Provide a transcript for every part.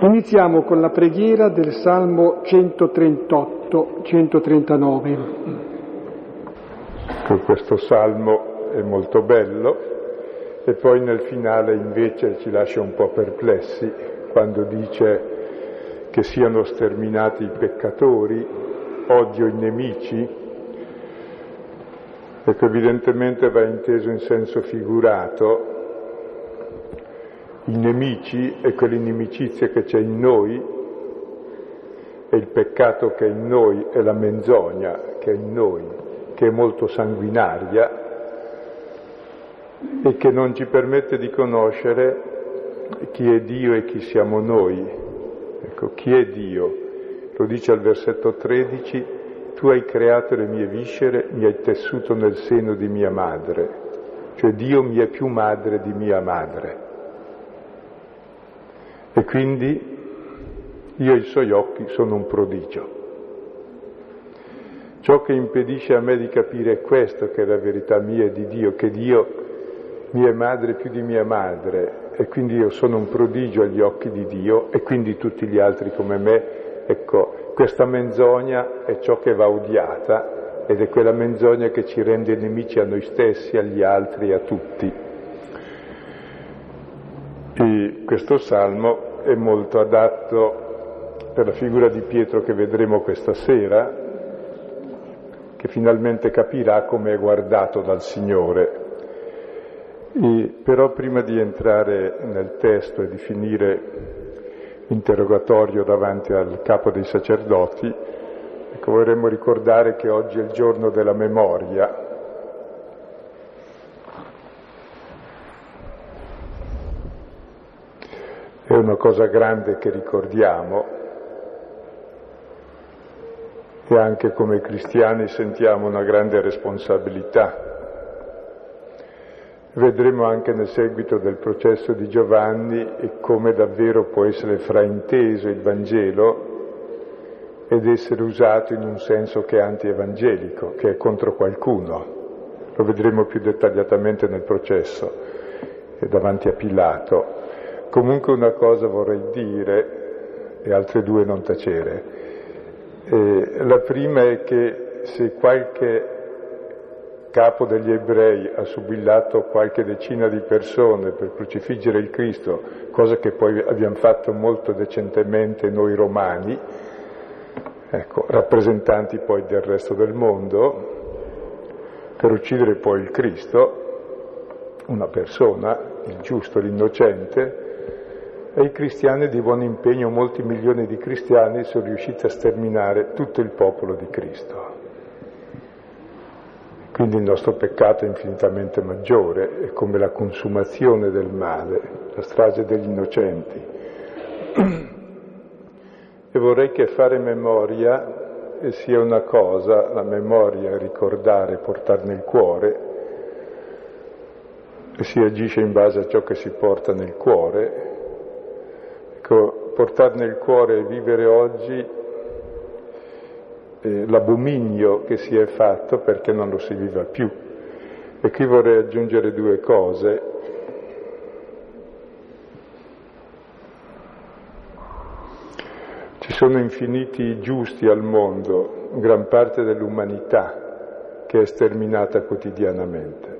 Iniziamo con la preghiera del Salmo 138-139. Questo Salmo è molto bello e poi nel finale invece ci lascia un po' perplessi quando dice che siano sterminati i peccatori, odio i nemici. Ecco, evidentemente va inteso in senso figurato. I nemici è quell'inimicizia che c'è in noi, è il peccato che è in noi, è la menzogna che è in noi, che è molto sanguinaria e che non ci permette di conoscere chi è Dio e chi siamo noi. Ecco, chi è Dio? Lo dice al versetto 13, tu hai creato le mie viscere, mi hai tessuto nel seno di mia madre, cioè Dio mi è più madre di mia madre. E quindi io ai suoi occhi sono un prodigio. Ciò che impedisce a me di capire è questo, che è la verità mia e di Dio, che Dio mi è madre più di mia madre, e quindi io sono un prodigio agli occhi di Dio, e quindi tutti gli altri come me. Ecco, questa menzogna è ciò che va odiata, ed è quella menzogna che ci rende nemici a noi stessi, agli altri, a tutti. E questo salmo è molto adatto per la figura di Pietro che vedremo questa sera, che finalmente capirà come è guardato dal Signore. Però prima di entrare nel testo e di finire l'interrogatorio davanti al capo dei sacerdoti, ecco, vorremmo ricordare che oggi è il giorno della memoria. È una cosa grande che ricordiamo e anche come cristiani sentiamo una grande responsabilità. Vedremo anche nel seguito del processo di Giovanni e come davvero può essere frainteso il Vangelo ed essere usato in un senso che è anti-evangelico, che è contro qualcuno. Lo vedremo più dettagliatamente nel processo e davanti a Pilato. Comunque una cosa vorrei dire, e altre due non tacere. La prima è che se qualche capo degli ebrei ha subillato qualche decina di persone per crocifiggere il Cristo, cosa che poi abbiamo fatto molto decentemente noi romani, ecco, rappresentanti poi del resto del mondo, per uccidere poi il Cristo, una persona, il giusto, l'innocente, e i cristiani di buon impegno, molti milioni di cristiani, sono riusciti a sterminare tutto il popolo di Cristo. Quindi il nostro peccato è infinitamente maggiore, è come la consumazione del male, la strage degli innocenti. E vorrei che fare memoria sia una cosa, la memoria, ricordare, portare nel cuore, e si agisce in base a ciò che si porta nel cuore. Ecco, portare nel cuore e vivere oggi l'abominio che si è fatto perché non lo si viva più. E qui vorrei aggiungere due cose. Ci sono infiniti giusti al mondo, gran parte dell'umanità che è sterminata quotidianamente.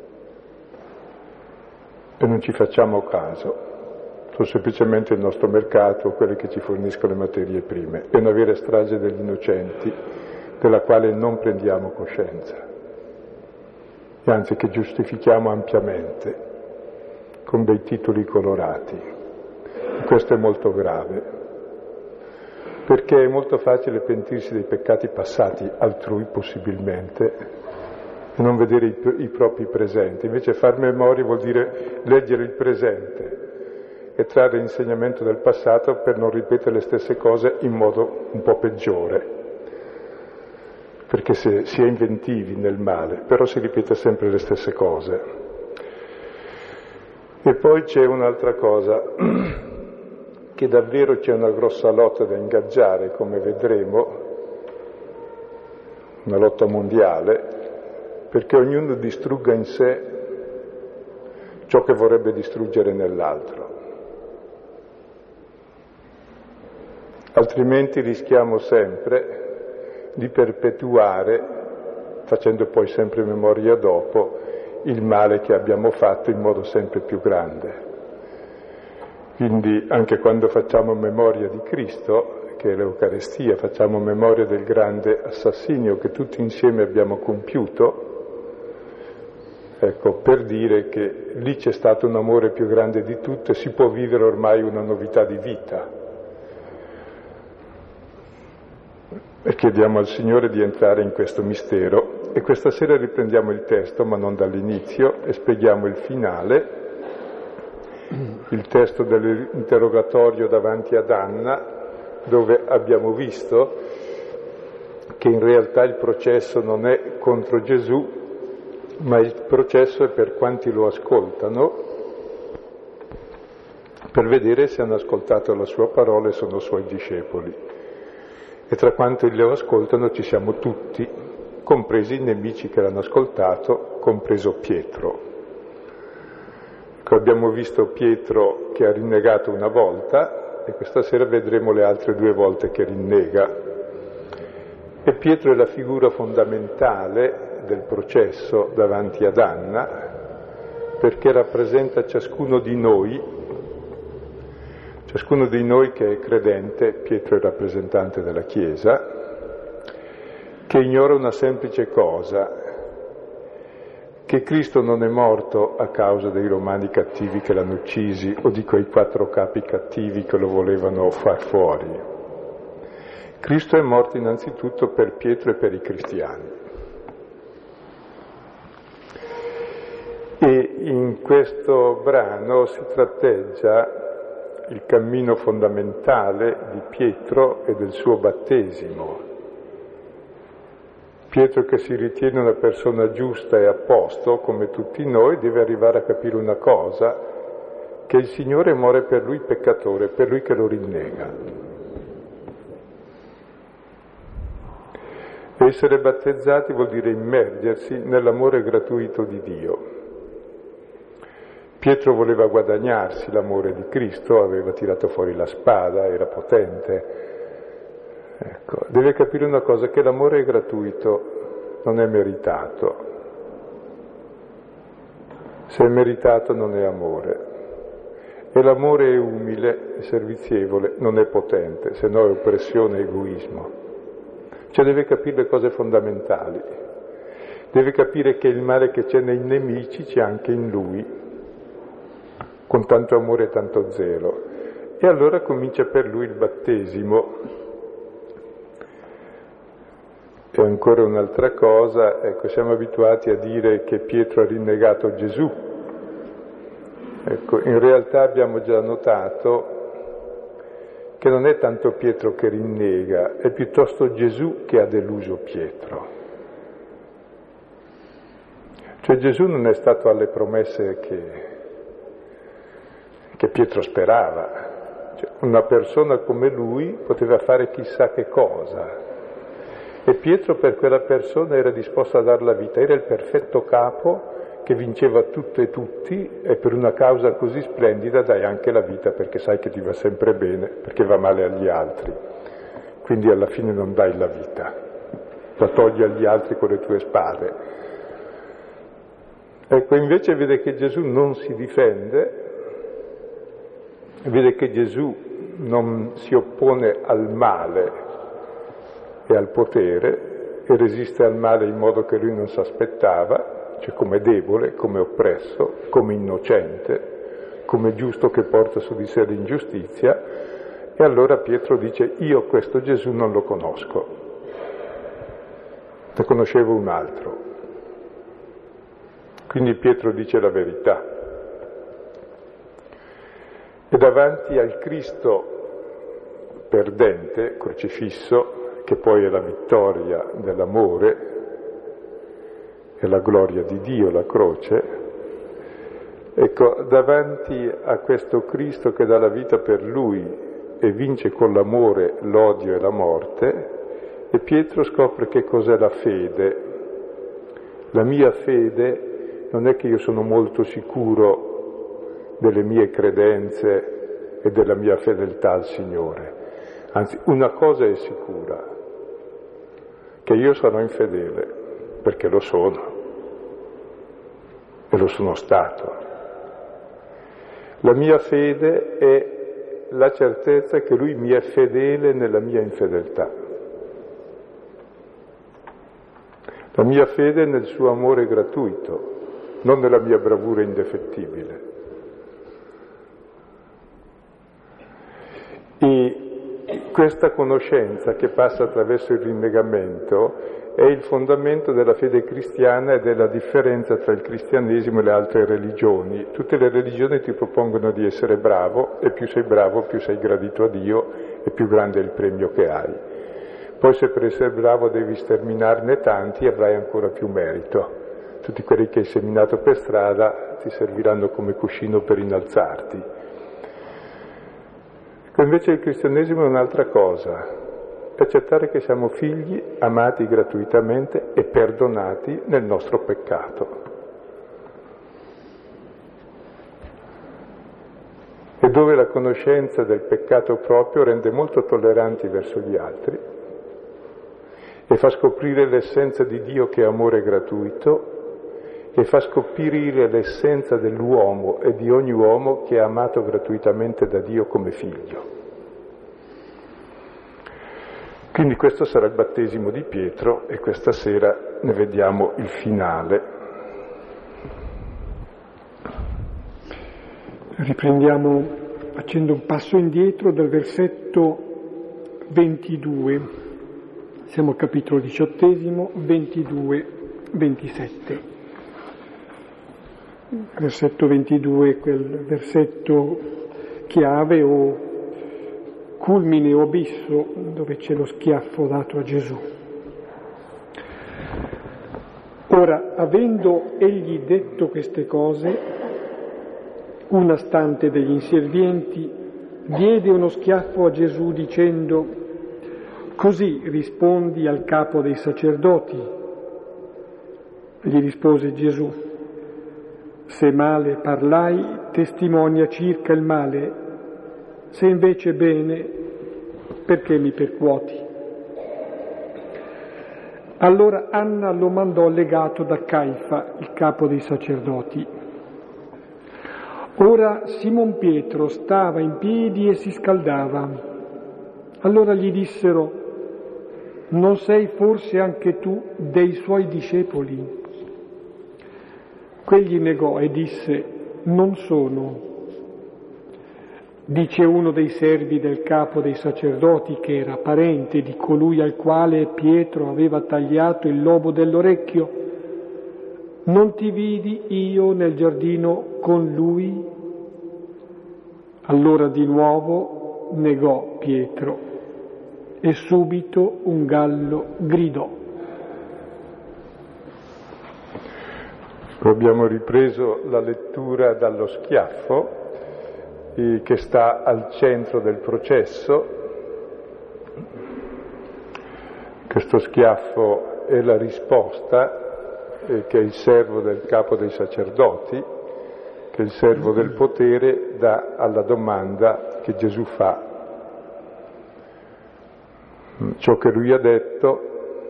E non ci facciamo caso. Sono semplicemente il nostro mercato, quelli che ci forniscono le materie prime. È una vera strage degli innocenti, della quale non prendiamo coscienza, e anzi che giustifichiamo ampiamente, con dei titoli colorati. E questo è molto grave, perché è molto facile pentirsi dei peccati passati altrui, possibilmente, e non vedere i propri presenti. Invece far memoria vuol dire leggere il presente e trarre insegnamento del passato per non ripetere le stesse cose in modo un po' peggiore, perché si è inventivi nel male, però si ripete sempre le stesse cose. E poi c'è un'altra cosa, che davvero c'è una grossa lotta da ingaggiare, come vedremo, una lotta mondiale, perché ognuno distrugga in sé ciò che vorrebbe distruggere nell'altro. altrimenti rischiamo sempre di perpetuare, facendo poi sempre memoria dopo, il male che abbiamo fatto in modo sempre più grande. Quindi anche quando facciamo memoria di Cristo, che è l'Eucarestia, facciamo memoria del grande assassinio che tutti insieme abbiamo compiuto, ecco, per dire che lì c'è stato un amore più grande di tutto e si può vivere ormai una novità di vita. E chiediamo al Signore di entrare in questo mistero. E questa sera riprendiamo il testo, ma non dall'inizio, e spieghiamo il finale, il testo dell'interrogatorio davanti ad Anna, dove abbiamo visto che in realtà il processo non è contro Gesù, ma il processo è per quanti lo ascoltano, per vedere se hanno ascoltato la sua parola e sono suoi discepoli. E tra quanti lo ascoltano ci siamo tutti, compresi i nemici che l'hanno ascoltato, compreso Pietro. Abbiamo visto Pietro che ha rinnegato una volta e questa sera vedremo le altre 2 volte che rinnega. E Pietro è la figura fondamentale del processo davanti ad Anna, perché rappresenta ciascuno di noi che è credente. Pietro è il rappresentante della Chiesa, che ignora una semplice cosa, che Cristo non è morto a causa dei romani cattivi che l'hanno uccisi o di quei 4 capi cattivi che lo volevano far fuori. Cristo è morto innanzitutto per Pietro e per i cristiani. E in questo brano si tratteggia il cammino fondamentale di Pietro e del suo battesimo. Pietro, che si ritiene una persona giusta e a posto, come tutti noi, deve arrivare a capire una cosa, che il Signore muore per lui peccatore, per lui che lo rinnega. Essere battezzati vuol dire immergersi nell'amore gratuito di Dio. Pietro voleva guadagnarsi l'amore di Cristo, aveva tirato fuori la spada, era potente. Ecco, deve capire una cosa, che l'amore è gratuito, non è meritato. Se è meritato non è amore. E l'amore è umile, è servizievole, non è potente, se no è oppressione e egoismo. Cioè deve capire le cose fondamentali. Deve capire che il male che c'è nei nemici c'è anche in lui, con tanto amore e tanto zelo. E allora comincia per lui il battesimo. E ancora un'altra cosa, ecco, siamo abituati a dire che Pietro ha rinnegato Gesù. Ecco, in realtà abbiamo già notato che non è tanto Pietro che rinnega, è piuttosto Gesù che ha deluso Pietro. Cioè Gesù non è stato alle promesse che Pietro sperava. Cioè, una persona come lui poteva fare chissà che cosa. E Pietro per quella persona era disposto a dar la vita, era il perfetto capo che vinceva tutto e tutti, e per una causa così splendida dai anche la vita, perché sai che ti va sempre bene, perché va male agli altri. Quindi alla fine non dai la vita, la togli agli altri con le tue spade. Ecco, invece vede che Gesù non si difende, vede che Gesù non si oppone al male e al potere e resiste al male in modo che lui non si aspettava, cioè come debole, come oppresso, come innocente, come giusto che porta su di sé l'ingiustizia. E allora Pietro dice: io questo Gesù non lo conosco, ne conoscevo un altro. Quindi Pietro dice la verità. E davanti al Cristo perdente, crocifisso, che poi è la vittoria dell'amore e la gloria di Dio, la croce, ecco, davanti a questo Cristo che dà la vita per lui e vince con l'amore l'odio e la morte, e Pietro scopre che cos'è la fede. La mia fede non è che io sono molto sicuro delle mie credenze e della mia fedeltà al Signore. Anzi, una cosa è sicura, che io sarò infedele, perché lo sono, e lo sono stato. La mia fede è la certezza che Lui mi è fedele nella mia infedeltà. La mia fede è nel suo amore gratuito, non nella mia bravura indefettibile. E questa conoscenza che passa attraverso il rinnegamento è il fondamento della fede cristiana e della differenza tra il cristianesimo e le altre religioni. Tutte le religioni ti propongono di essere bravo, e più sei bravo più sei gradito a Dio e più grande è il premio che hai. Poi se per essere bravo devi sterminarne tanti avrai ancora più merito. Tutti quelli che hai seminato per strada ti serviranno come cuscino per innalzarti. Invece il cristianesimo è un'altra cosa, è accettare che siamo figli amati gratuitamente e perdonati nel nostro peccato. E dove la conoscenza del peccato proprio rende molto tolleranti verso gli altri e fa scoprire l'essenza di Dio che è amore gratuito e fa scoprire l'essenza dell'uomo e di ogni uomo che è amato gratuitamente da Dio come figlio. Quindi questo sarà il battesimo di Pietro e questa sera ne vediamo il finale. Riprendiamo facendo un passo indietro dal versetto 22. Siamo al capitolo 18, 22-27. Versetto 22, quel versetto chiave o culmine o abisso dove c'è lo schiaffo dato a Gesù. Ora, avendo egli detto queste cose, una stante degli inservienti diede uno schiaffo a Gesù dicendo: «Così rispondi al capo dei sacerdoti?» Gli rispose Gesù: «Se male parlai, testimonia circa il male, se invece bene, perché mi percuoti?» Allora Anna lo mandò legato da Caifa, il capo dei sacerdoti. Ora Simon Pietro stava in piedi e si scaldava. Allora gli dissero: «Non sei forse anche tu dei suoi discepoli?» Quegli negò e disse: «Non sono». Dice uno dei servi del capo dei sacerdoti, che era parente di colui al quale Pietro aveva tagliato il lobo dell'orecchio: «Non ti vidi io nel giardino con lui?» Allora di nuovo negò Pietro e subito un gallo gridò. Abbiamo ripreso la lettura dallo schiaffo che sta al centro del processo. Questo schiaffo è la risposta che il servo del capo dei sacerdoti, che il servo del potere dà alla domanda che Gesù fa. Ciò che lui ha detto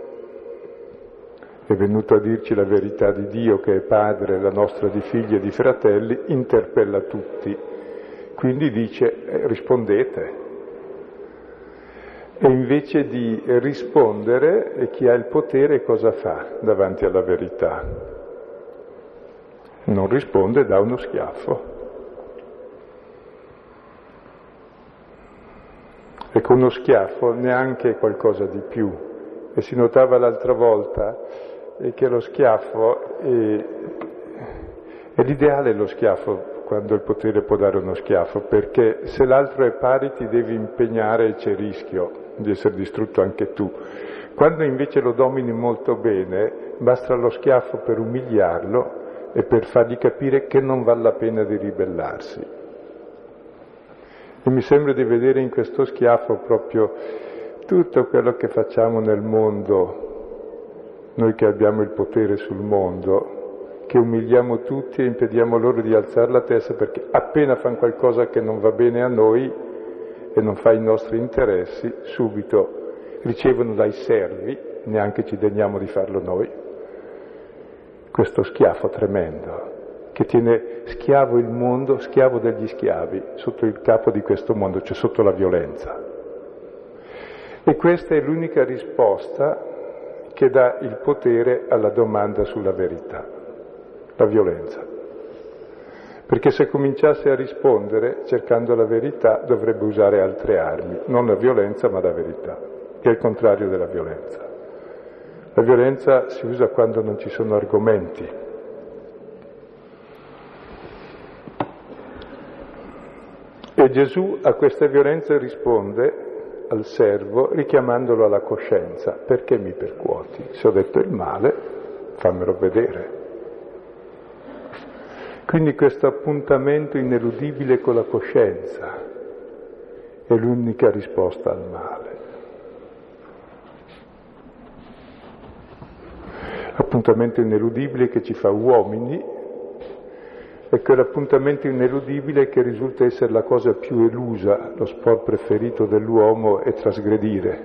è venuto a dirci la verità di Dio, che è Padre, la nostra di figli e di fratelli, interpella tutti. Quindi dice: rispondete. E invece di rispondere, chi ha il potere cosa fa davanti alla verità? Non risponde, dà uno schiaffo. E con uno schiaffo neanche qualcosa di più. E si notava l'altra volta che lo schiaffo è l'ideale, lo schiaffo, quando il potere può dare uno schiaffo, perché se l'altro è pari ti devi impegnare e c'è rischio di essere distrutto anche tu. Quando invece lo domini molto bene, basta lo schiaffo per umiliarlo e per fargli capire che non vale la pena di ribellarsi. E mi sembra di vedere in questo schiaffo proprio tutto quello che facciamo nel mondo, noi che abbiamo il potere sul mondo, che umiliamo tutti e impediamo loro di alzare la testa, perché appena fanno qualcosa che non va bene a noi e non fa i nostri interessi, subito ricevono dai servi, neanche ci degniamo di farlo noi, questo schiaffo tremendo, che tiene schiavo il mondo, schiavo degli schiavi, sotto il capo di questo mondo, cioè sotto la violenza. E questa è l'unica risposta che dà il potere alla domanda sulla verità, la violenza. Perché se cominciasse a rispondere cercando la verità dovrebbe usare altre armi, non la violenza ma la verità, che è il contrario della violenza. La violenza si usa quando non ci sono argomenti. E Gesù a questa violenza risponde al servo richiamandolo alla coscienza. Perché mi percuoti? Se ho detto il male, fammelo vedere. Quindi questo appuntamento ineludibile con la coscienza è l'unica risposta al male. Appuntamento ineludibile che ci fa uomini, è quell'appuntamento ineludibile che risulta essere la cosa più elusa, lo sport preferito dell'uomo è trasgredire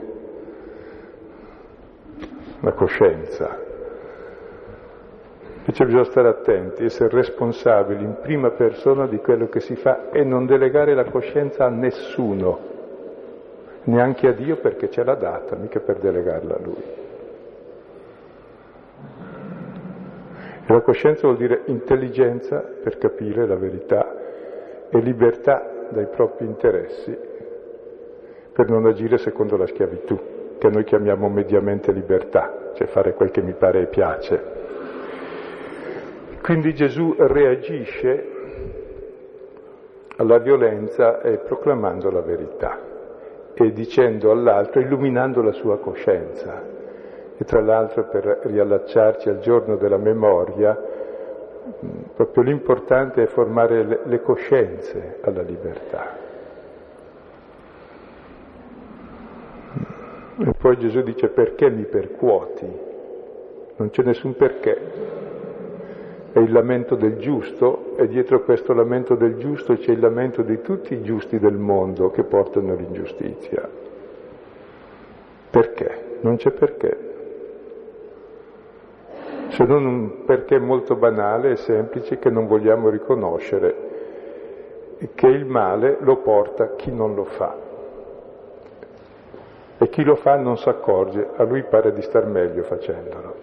la coscienza. Invece bisogna stare attenti, essere responsabili in prima persona di quello che si fa e non delegare la coscienza a nessuno, neanche a Dio perché ce l'ha data, mica per delegarla a Lui. E la coscienza vuol dire intelligenza per capire la verità e libertà dai propri interessi per non agire secondo la schiavitù, che noi chiamiamo mediamente libertà, cioè fare quel che mi pare e piace. Quindi Gesù reagisce alla violenza proclamando la verità e dicendo all'altro, illuminando la sua coscienza. E tra l'altro per riallacciarci al giorno della memoria, proprio l'importante è formare le coscienze alla libertà. E poi Gesù dice perché mi percuoti? Non c'è nessun perché. È il lamento del giusto e dietro questo lamento del giusto c'è il lamento di tutti i giusti del mondo che portano all'ingiustizia. Perché? Non c'è perché. Se non un perché molto banale e semplice che non vogliamo riconoscere, che il male lo porta chi non lo fa. E chi lo fa non si accorge, a lui pare di star meglio facendolo.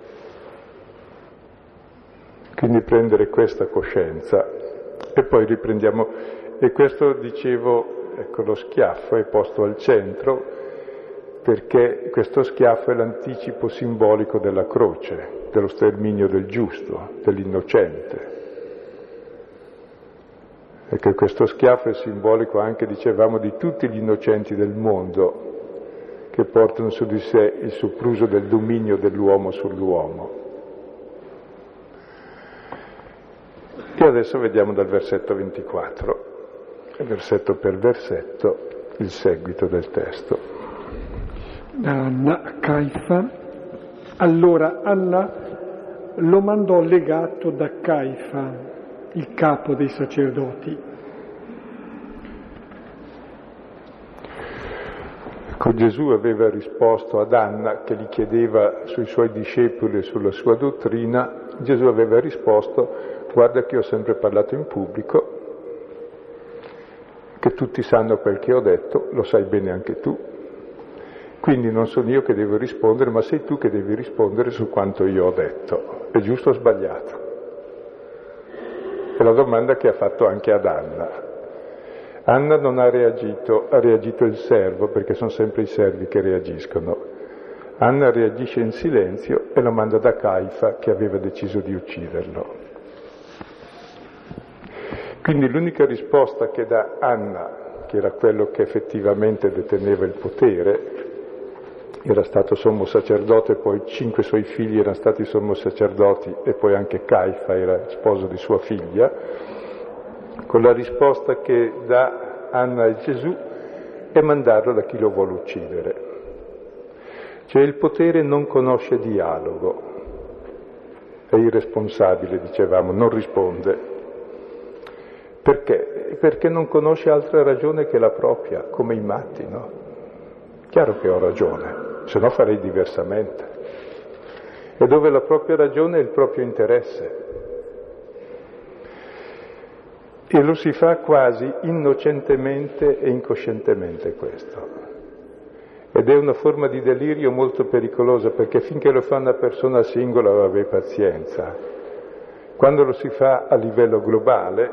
Quindi prendere questa coscienza e poi riprendiamo. E questo, dicevo, ecco, lo schiaffo è posto al centro perché questo schiaffo è l'anticipo simbolico della croce, dello sterminio del giusto, dell'innocente. E che questo schiaffo è simbolico anche, dicevamo, di tutti gli innocenti del mondo che portano su di sé il sopruso del dominio dell'uomo sull'uomo. E adesso vediamo dal versetto 24, versetto per versetto, il seguito del testo. Anna a Caifa. Allora Anna lo mandò legato da Caifa, il capo dei sacerdoti. Ecco, Gesù aveva risposto ad Anna che gli chiedeva sui suoi discepoli e sulla sua dottrina. Gesù aveva risposto: guarda che ho sempre parlato in pubblico, che tutti sanno quel che ho detto, lo sai bene anche tu. Quindi non sono io che devo rispondere, ma sei tu che devi rispondere su quanto io ho detto. È giusto o sbagliato? È la domanda che ha fatto anche ad Anna. Anna non ha reagito, ha reagito il servo, perché sono sempre i servi che reagiscono. Anna reagisce in silenzio e lo manda da Caifa, che aveva deciso di ucciderlo. Quindi l'unica risposta che dà Anna, che era quello che effettivamente deteneva il potere, era stato sommo sacerdote, poi 5 suoi figli erano stati sommo sacerdoti e poi anche Caifa era sposo di sua figlia, con la risposta che dà Anna a Gesù è mandarlo da chi lo vuole uccidere. Cioè il potere non conosce dialogo, è irresponsabile, dicevamo, non risponde. Perché? Perché non conosce altra ragione che la propria, come i matti, no? Chiaro che ho ragione, se no farei diversamente. E dove la propria ragione è il proprio interesse. E lo si fa quasi innocentemente e incoscientemente questo. Ed è una forma di delirio molto pericolosa, perché finché lo fa una persona singola, vabbè, pazienza. Quando lo si fa a livello globale,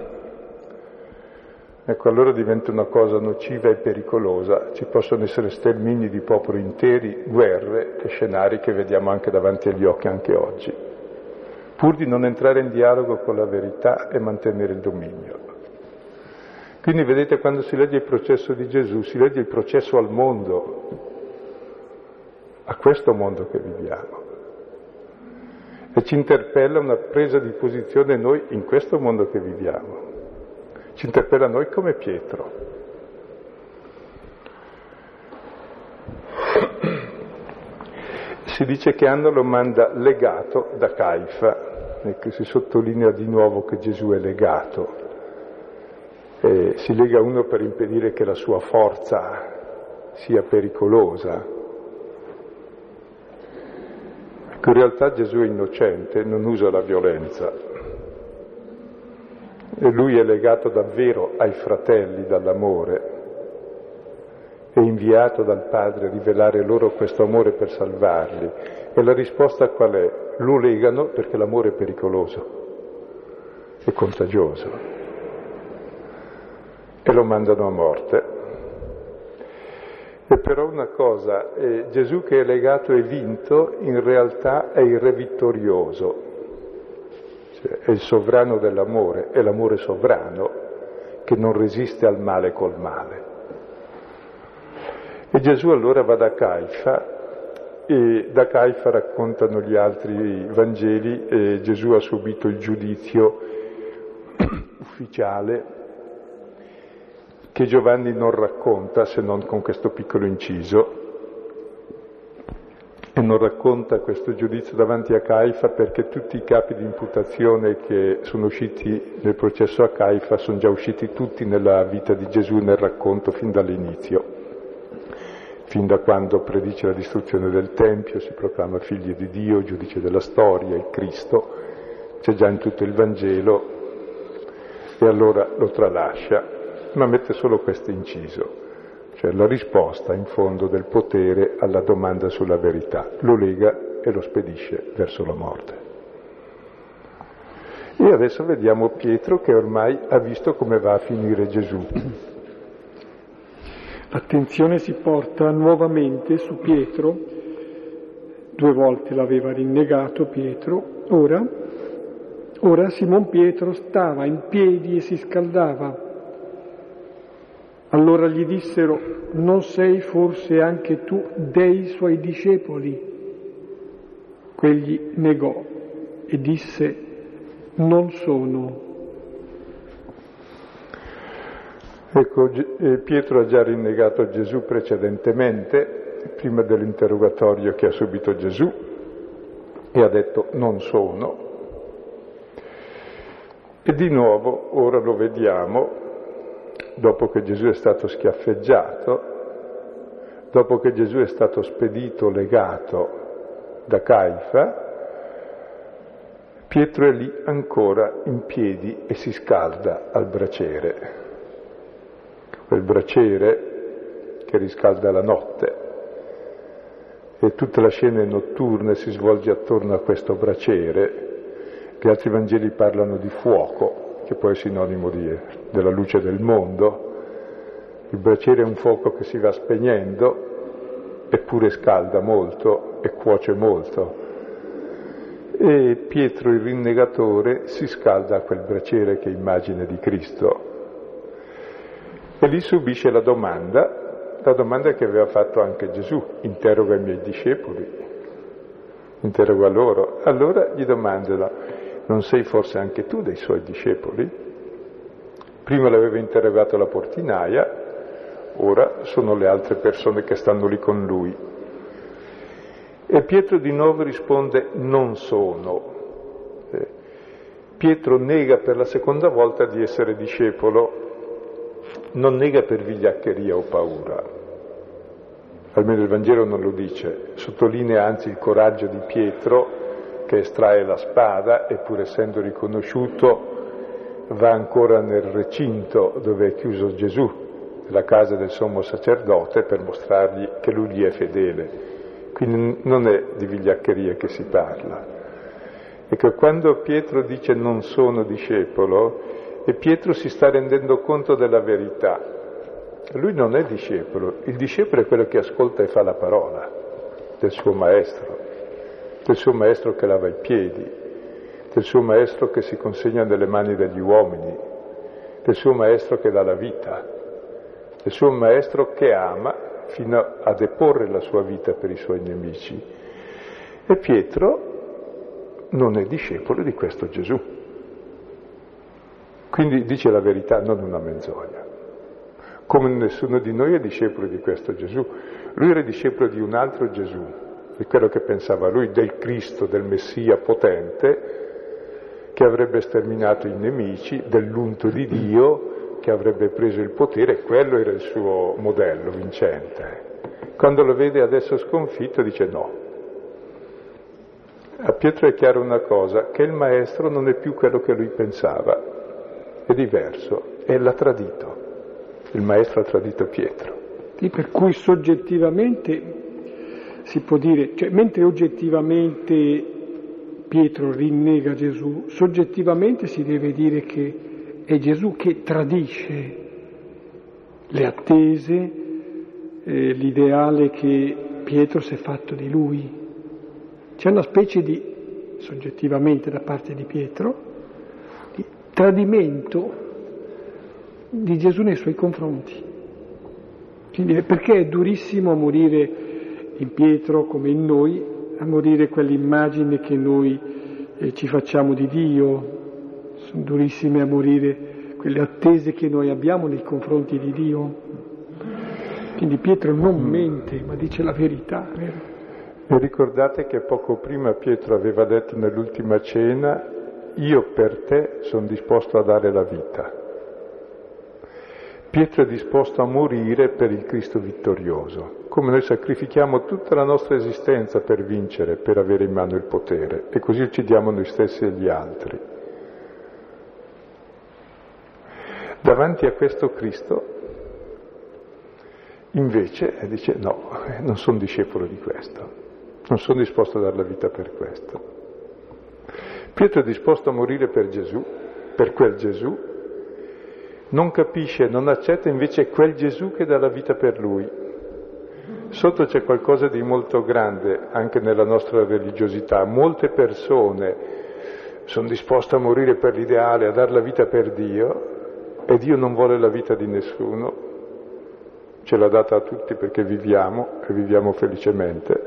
ecco, allora diventa una cosa nociva e pericolosa. Ci possono essere stermini di popoli interi, guerre e scenari che vediamo anche davanti agli occhi anche oggi, pur di non entrare in dialogo con la verità e mantenere il dominio. Quindi vedete, quando si legge il processo di Gesù, si legge il processo al mondo, a questo mondo che viviamo. E ci interpella una presa di posizione noi in questo mondo che viviamo. Ci interpella noi come Pietro. Si dice che Anna lo manda legato da Caifa, ecco, si sottolinea di nuovo che Gesù è legato. Si lega uno per impedire che la sua forza sia pericolosa. Ecco, in realtà Gesù è innocente, non usa la violenza. E lui è legato davvero ai fratelli dall'amore, è inviato dal Padre a rivelare loro questo amore per salvarli. E la risposta qual è? Lo legano perché l'amore è pericoloso, è contagioso. E lo mandano a morte. E però una cosa, Gesù che è legato e vinto, in realtà è il re vittorioso, cioè è il sovrano dell'amore, è l'amore sovrano che non resiste al male col male. E Gesù allora va da Caifa, e da Caifa raccontano gli altri Vangeli, e Gesù ha subito il giudizio ufficiale che Giovanni non racconta, se non con questo piccolo inciso, e non racconta questo giudizio davanti a Caifa perché tutti i capi di imputazione che sono usciti nel processo a Caifa sono già usciti tutti nella vita di Gesù, nel racconto, fin dall'inizio, fin da quando predice la distruzione del Tempio, si proclama figlio di Dio, giudice della storia, il Cristo, c'è già in tutto il Vangelo, e allora lo tralascia. Ma mette solo questo inciso, cioè la risposta in fondo del potere alla domanda sulla verità, lo lega e lo spedisce verso la morte. E adesso vediamo Pietro che ormai ha visto come va a finire Gesù. L'attenzione si porta nuovamente su Pietro, 2 volte l'aveva rinnegato Pietro, ora Simon Pietro stava in piedi e si scaldava. Allora gli dissero: non sei forse anche tu dei suoi discepoli? Quegli negò e disse: non sono. Ecco, Pietro ha già rinnegato Gesù precedentemente, prima dell'interrogatorio che ha subito Gesù, e ha detto: non sono. E di nuovo, ora lo vediamo, dopo che Gesù è stato schiaffeggiato, dopo che Gesù è stato spedito, legato da Caifa, Pietro è lì ancora in piedi e si scalda al braciere. Quel braciere che riscalda la notte. E tutta la scena notturna si svolge attorno a questo braciere. Gli altri Vangeli parlano di fuoco, che poi è sinonimo della luce del mondo. Il braciere è un fuoco che si va spegnendo, eppure scalda molto e cuoce molto. E Pietro, il rinnegatore, si scalda a quel braciere che è immagine di Cristo. E lì subisce la domanda che aveva fatto anche Gesù: interroga i miei discepoli, interroga loro. Allora gli domandano: non sei forse anche tu dei suoi discepoli? Prima l'aveva interrogato la portinaia, ora sono le altre persone che stanno lì con lui. E Pietro di nuovo risponde: non sono. Pietro nega per la seconda volta di essere discepolo, non nega per vigliaccheria o paura, almeno il Vangelo non lo dice, sottolinea anzi il coraggio di Pietro che estrae la spada e pur essendo riconosciuto va ancora nel recinto dove è chiuso Gesù, nella casa del sommo sacerdote, per mostrargli che lui gli è fedele. Quindi non è di vigliaccheria che si parla. Ecco, quando Pietro dice non sono discepolo, e Pietro si sta rendendo conto della verità. Lui non è discepolo, il discepolo è quello che ascolta e fa la parola del suo maestro che lava i piedi, del suo maestro che si consegna nelle mani degli uomini, del suo maestro che dà la vita, del suo maestro che ama fino a deporre la sua vita per i suoi nemici. E Pietro non è discepolo di questo Gesù. Quindi dice la verità, non una menzogna. Come nessuno di noi è discepolo di questo Gesù. Lui era discepolo di un altro Gesù, di quello che pensava lui, del Cristo, del Messia potente, che avrebbe sterminato i nemici, dell'unto di Dio, che avrebbe preso il potere, quello era il suo modello vincente. Quando lo vede adesso sconfitto dice no. A Pietro è chiaro una cosa, che il maestro non è più quello che lui pensava, è diverso, e l'ha tradito. Il maestro ha tradito Pietro. Sì, per cui soggettivamente si può dire, cioè mentre oggettivamente Pietro rinnega Gesù, soggettivamente si deve dire che è Gesù che tradisce le attese, l'ideale che Pietro si è fatto di lui. C'è una specie di, soggettivamente da parte di Pietro, di tradimento di Gesù nei suoi confronti. Quindi perché è durissimo a morire in Pietro come in noi, a morire quell'immagine che noi ci facciamo di Dio, sono durissime a morire quelle attese che noi abbiamo nei confronti di Dio. Quindi Pietro non mente, ma dice la verità, vero? E ricordate che poco prima Pietro aveva detto nell'ultima cena: io per te sono disposto a dare la vita. Pietro è disposto a morire per il Cristo vittorioso, come noi sacrifichiamo tutta la nostra esistenza per vincere, per avere in mano il potere, e così uccidiamo noi stessi e gli altri. Davanti a questo Cristo, invece, dice no, non sono discepolo di questo, non sono disposto a dare la vita per questo. Pietro è disposto a morire per Gesù, per quel Gesù, non capisce, non accetta invece quel Gesù che dà la vita per lui. Sotto c'è qualcosa di molto grande anche nella nostra religiosità. Molte persone sono disposte a morire per l'ideale, a dare la vita per Dio, e Dio non vuole la vita di nessuno, ce l'ha data a tutti perché viviamo e viviamo felicemente.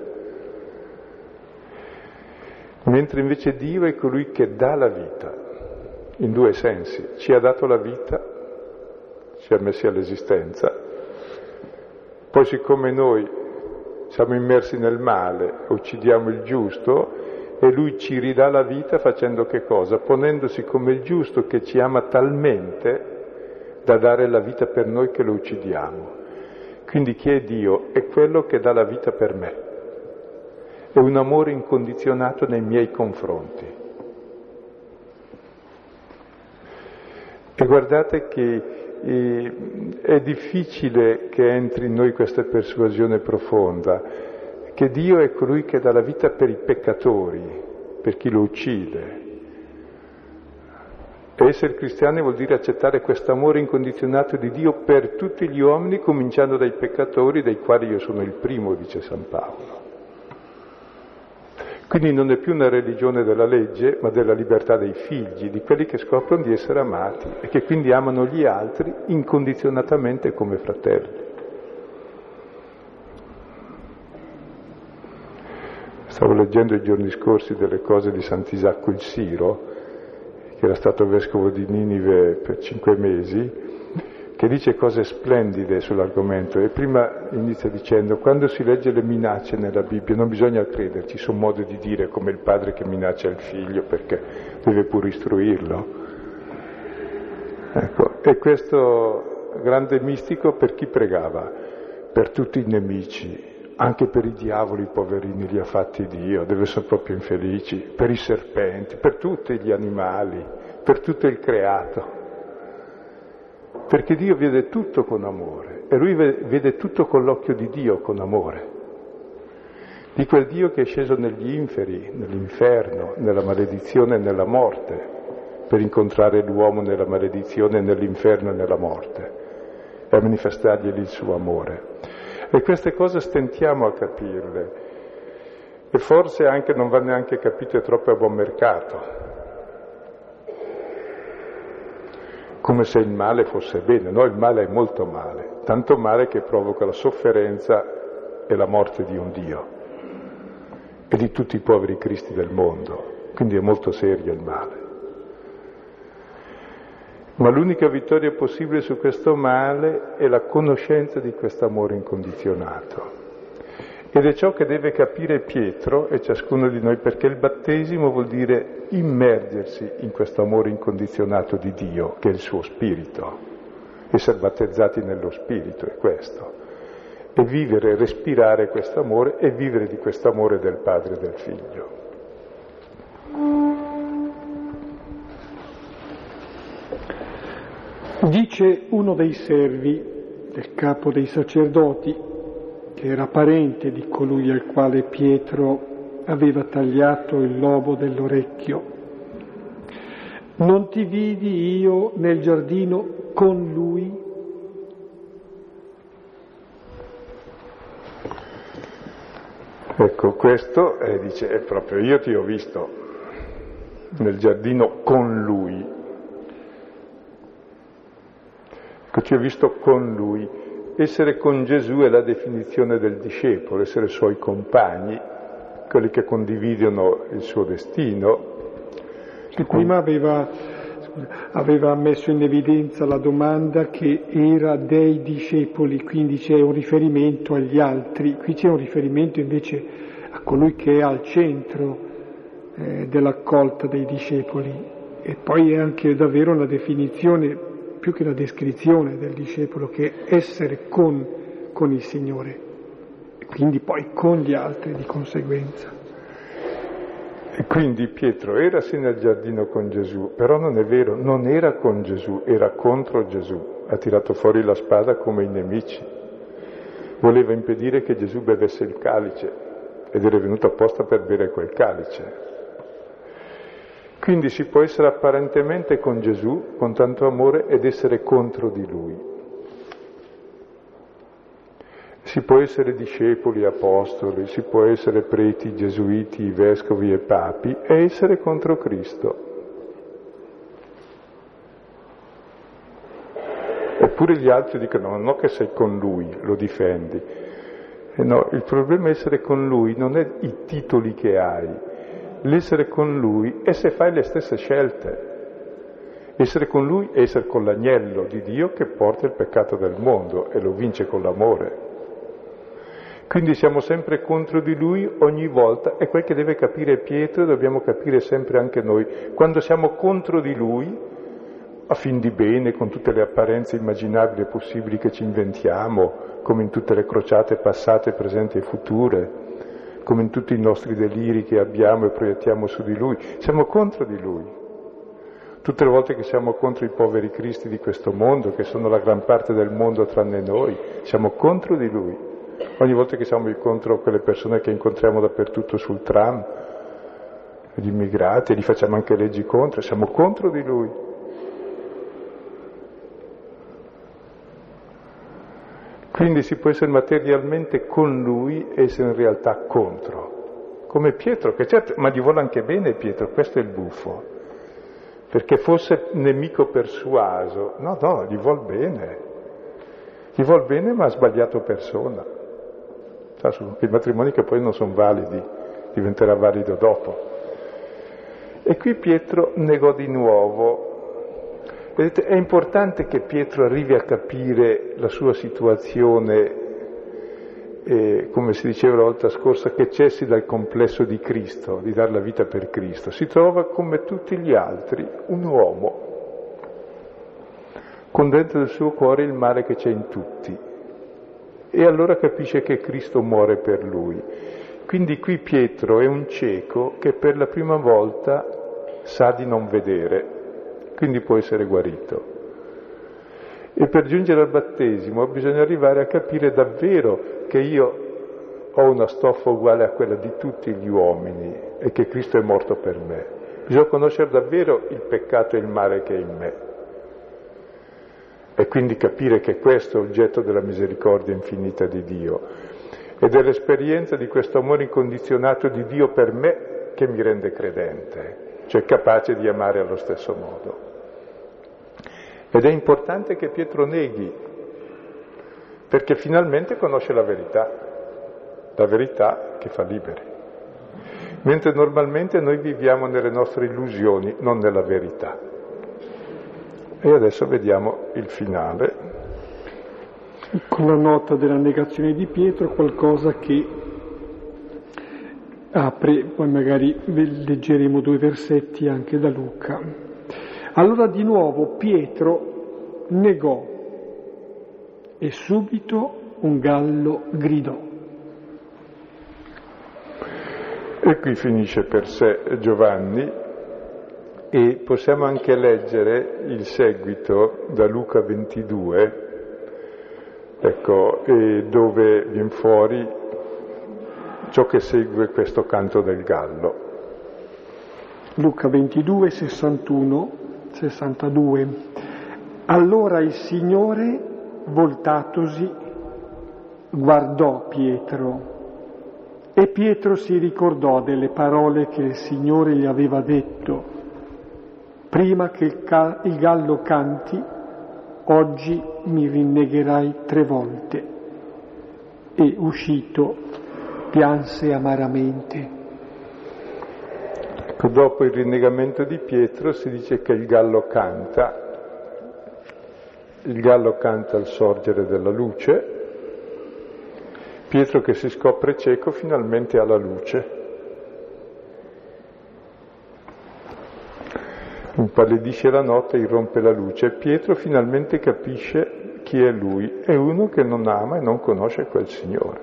Mentre invece Dio è colui che dà la vita, in due sensi, ci ha dato la vita, ci ha messi all'esistenza, poi siccome noi siamo immersi nel male, uccidiamo il giusto, e Lui ci ridà la vita facendo che cosa? Ponendosi come il giusto che ci ama talmente da dare la vita per noi che lo uccidiamo. Quindi chi è Dio? È quello che dà la vita per me, è un amore incondizionato nei miei confronti. E guardate che è difficile che entri in noi questa persuasione profonda, che Dio è colui che dà la vita per i peccatori, per chi lo uccide. E essere cristiani vuol dire accettare questo amore incondizionato di Dio per tutti gli uomini, cominciando dai peccatori, dei quali io sono il primo, dice San Paolo. Quindi non è più una religione della legge, ma della libertà dei figli, di quelli che scoprono di essere amati e che quindi amano gli altri incondizionatamente come fratelli. Stavo leggendo i giorni scorsi delle cose di Sant'Isacco il Siro, che era stato vescovo di Ninive per 5 mesi, che dice cose splendide sull'argomento, e prima inizia dicendo: quando si legge le minacce nella Bibbia non bisogna crederci, sono modi di dire, come il padre che minaccia il figlio perché deve pure istruirlo. Ecco, e questo grande mistico per chi pregava? Per tutti i nemici, anche per i diavoli, poverini, li ha fatti Dio, deve essere proprio infelici, per i serpenti, per tutti gli animali, per tutto il creato. Perché Dio vede tutto con amore, e Lui vede tutto con l'occhio di Dio con amore. Di quel Dio che è sceso negli inferi, nell'inferno, nella maledizione e nella morte, per incontrare l'uomo nella maledizione, nell'inferno e nella morte, e a manifestargli il suo amore. E queste cose stentiamo a capirle, e forse anche non va neanche capite troppo a buon mercato, come se il male fosse bene. No, il male è molto male, tanto male che provoca la sofferenza e la morte di un Dio e di tutti i poveri cristi del mondo, quindi è molto serio il male. Ma l'unica vittoria possibile su questo male è la conoscenza di questo amore incondizionato. Ed è ciò che deve capire Pietro e ciascuno di noi, perché il battesimo vuol dire immergersi in questo amore incondizionato di Dio, che è il suo spirito. Essere battezzati nello spirito è questo. E vivere, respirare questo amore e vivere di questo amore del Padre e del Figlio. Dice uno dei servi del capo dei sacerdoti, che era parente di colui al quale Pietro aveva tagliato il lobo dell'orecchio: non ti vidi io nel giardino con lui? Ecco, questo dice, è proprio io ti ho visto nel giardino con lui. Ecco, ti ho visto con lui. Essere con Gesù è la definizione del discepolo, essere suoi compagni, quelli che condividono il suo destino. E prima aveva messo in evidenza la domanda che era dei discepoli, quindi c'è un riferimento agli altri. Qui c'è un riferimento invece a colui che è al centro dell'accolta dei discepoli, e poi è anche davvero una definizione più che la descrizione del discepolo, che è essere con il Signore, e quindi poi con gli altri di conseguenza. E quindi Pietro era sì nel giardino con Gesù, però non è vero, non era con Gesù, era contro Gesù. Ha tirato fuori la spada come i nemici. Voleva impedire che Gesù bevesse il calice, ed era venuto apposta per bere quel calice. Quindi si può essere apparentemente con Gesù, con tanto amore, ed essere contro di Lui. Si può essere discepoli, apostoli, si può essere preti, gesuiti, vescovi e papi, e essere contro Cristo. Eppure gli altri dicono: no, che sei con Lui, lo difendi. E no, il problema è essere con Lui, non è i titoli che hai. L'essere con Lui è se fai le stesse scelte. Essere con Lui è essere con l'agnello di Dio che porta il peccato del mondo e lo vince con l'amore. Quindi siamo sempre contro di Lui ogni volta, è quel che deve capire Pietro e dobbiamo capire sempre anche noi. Quando siamo contro di Lui, a fin di bene, con tutte le apparenze immaginabili e possibili che ci inventiamo, come in tutte le crociate passate, presenti e future, come in tutti i nostri deliri che abbiamo e proiettiamo su di Lui, siamo contro di Lui. Tutte le volte che siamo contro i poveri cristi di questo mondo, che sono la gran parte del mondo tranne noi, siamo contro di Lui. Ogni volta che siamo contro quelle persone che incontriamo dappertutto sul tram, gli immigrati, e li facciamo anche leggi contro, siamo contro di Lui. Quindi si può essere materialmente con Lui e essere in realtà contro. Come Pietro, che certo, ma gli vuole anche bene Pietro, questo è il buffo. Perché fosse nemico persuaso, no, gli vuol bene. Gli vuol bene, ma ha sbagliato persona. Sono i matrimoni che poi non sono validi, diventerà valido dopo. E qui Pietro negò di nuovo. Vedete, è importante che Pietro arrivi a capire la sua situazione, come si diceva la volta scorsa, che cessi dal complesso di Cristo, di dar la vita per Cristo. Si trova come tutti gli altri, un uomo, con dentro nel suo cuore il male che c'è in tutti. E allora capisce che Cristo muore per lui. Quindi qui Pietro è un cieco che per la prima volta sa di non vedere, quindi può essere guarito. E per giungere al battesimo bisogna arrivare a capire davvero che io ho una stoffa uguale a quella di tutti gli uomini e che Cristo è morto per me. Bisogna conoscere davvero il peccato e il male che è in me. E quindi capire che questo è oggetto della misericordia infinita di Dio. Ed è l'esperienza di questo amore incondizionato di Dio per me che mi rende credente, cioè capace di amare allo stesso modo. Ed è importante che Pietro neghi, perché finalmente conosce la verità che fa liberi. Mentre normalmente noi viviamo nelle nostre illusioni, non nella verità. E adesso vediamo il finale. Con la nota della negazione di Pietro, qualcosa che apre, poi magari leggeremo 2 versetti anche da Luca. Allora di nuovo Pietro negò e subito un gallo gridò. E qui finisce per sé Giovanni e possiamo anche leggere il seguito da Luca 22, ecco, dove viene fuori ciò che segue questo canto del gallo. Luca 22, 61, 62. Allora il Signore, voltatosi, guardò Pietro e Pietro si ricordò delle parole che il Signore gli aveva detto: prima che il gallo canti, oggi mi rinnegherai 3 volte. E uscito pianse amaramente. Ecco, dopo il rinnegamento di Pietro si dice che il gallo canta al sorgere della luce. Pietro che si scopre cieco finalmente ha la luce. Impallidisce la notte, irrompe la luce. Pietro finalmente capisce chi è lui. È uno che non ama e non conosce quel Signore.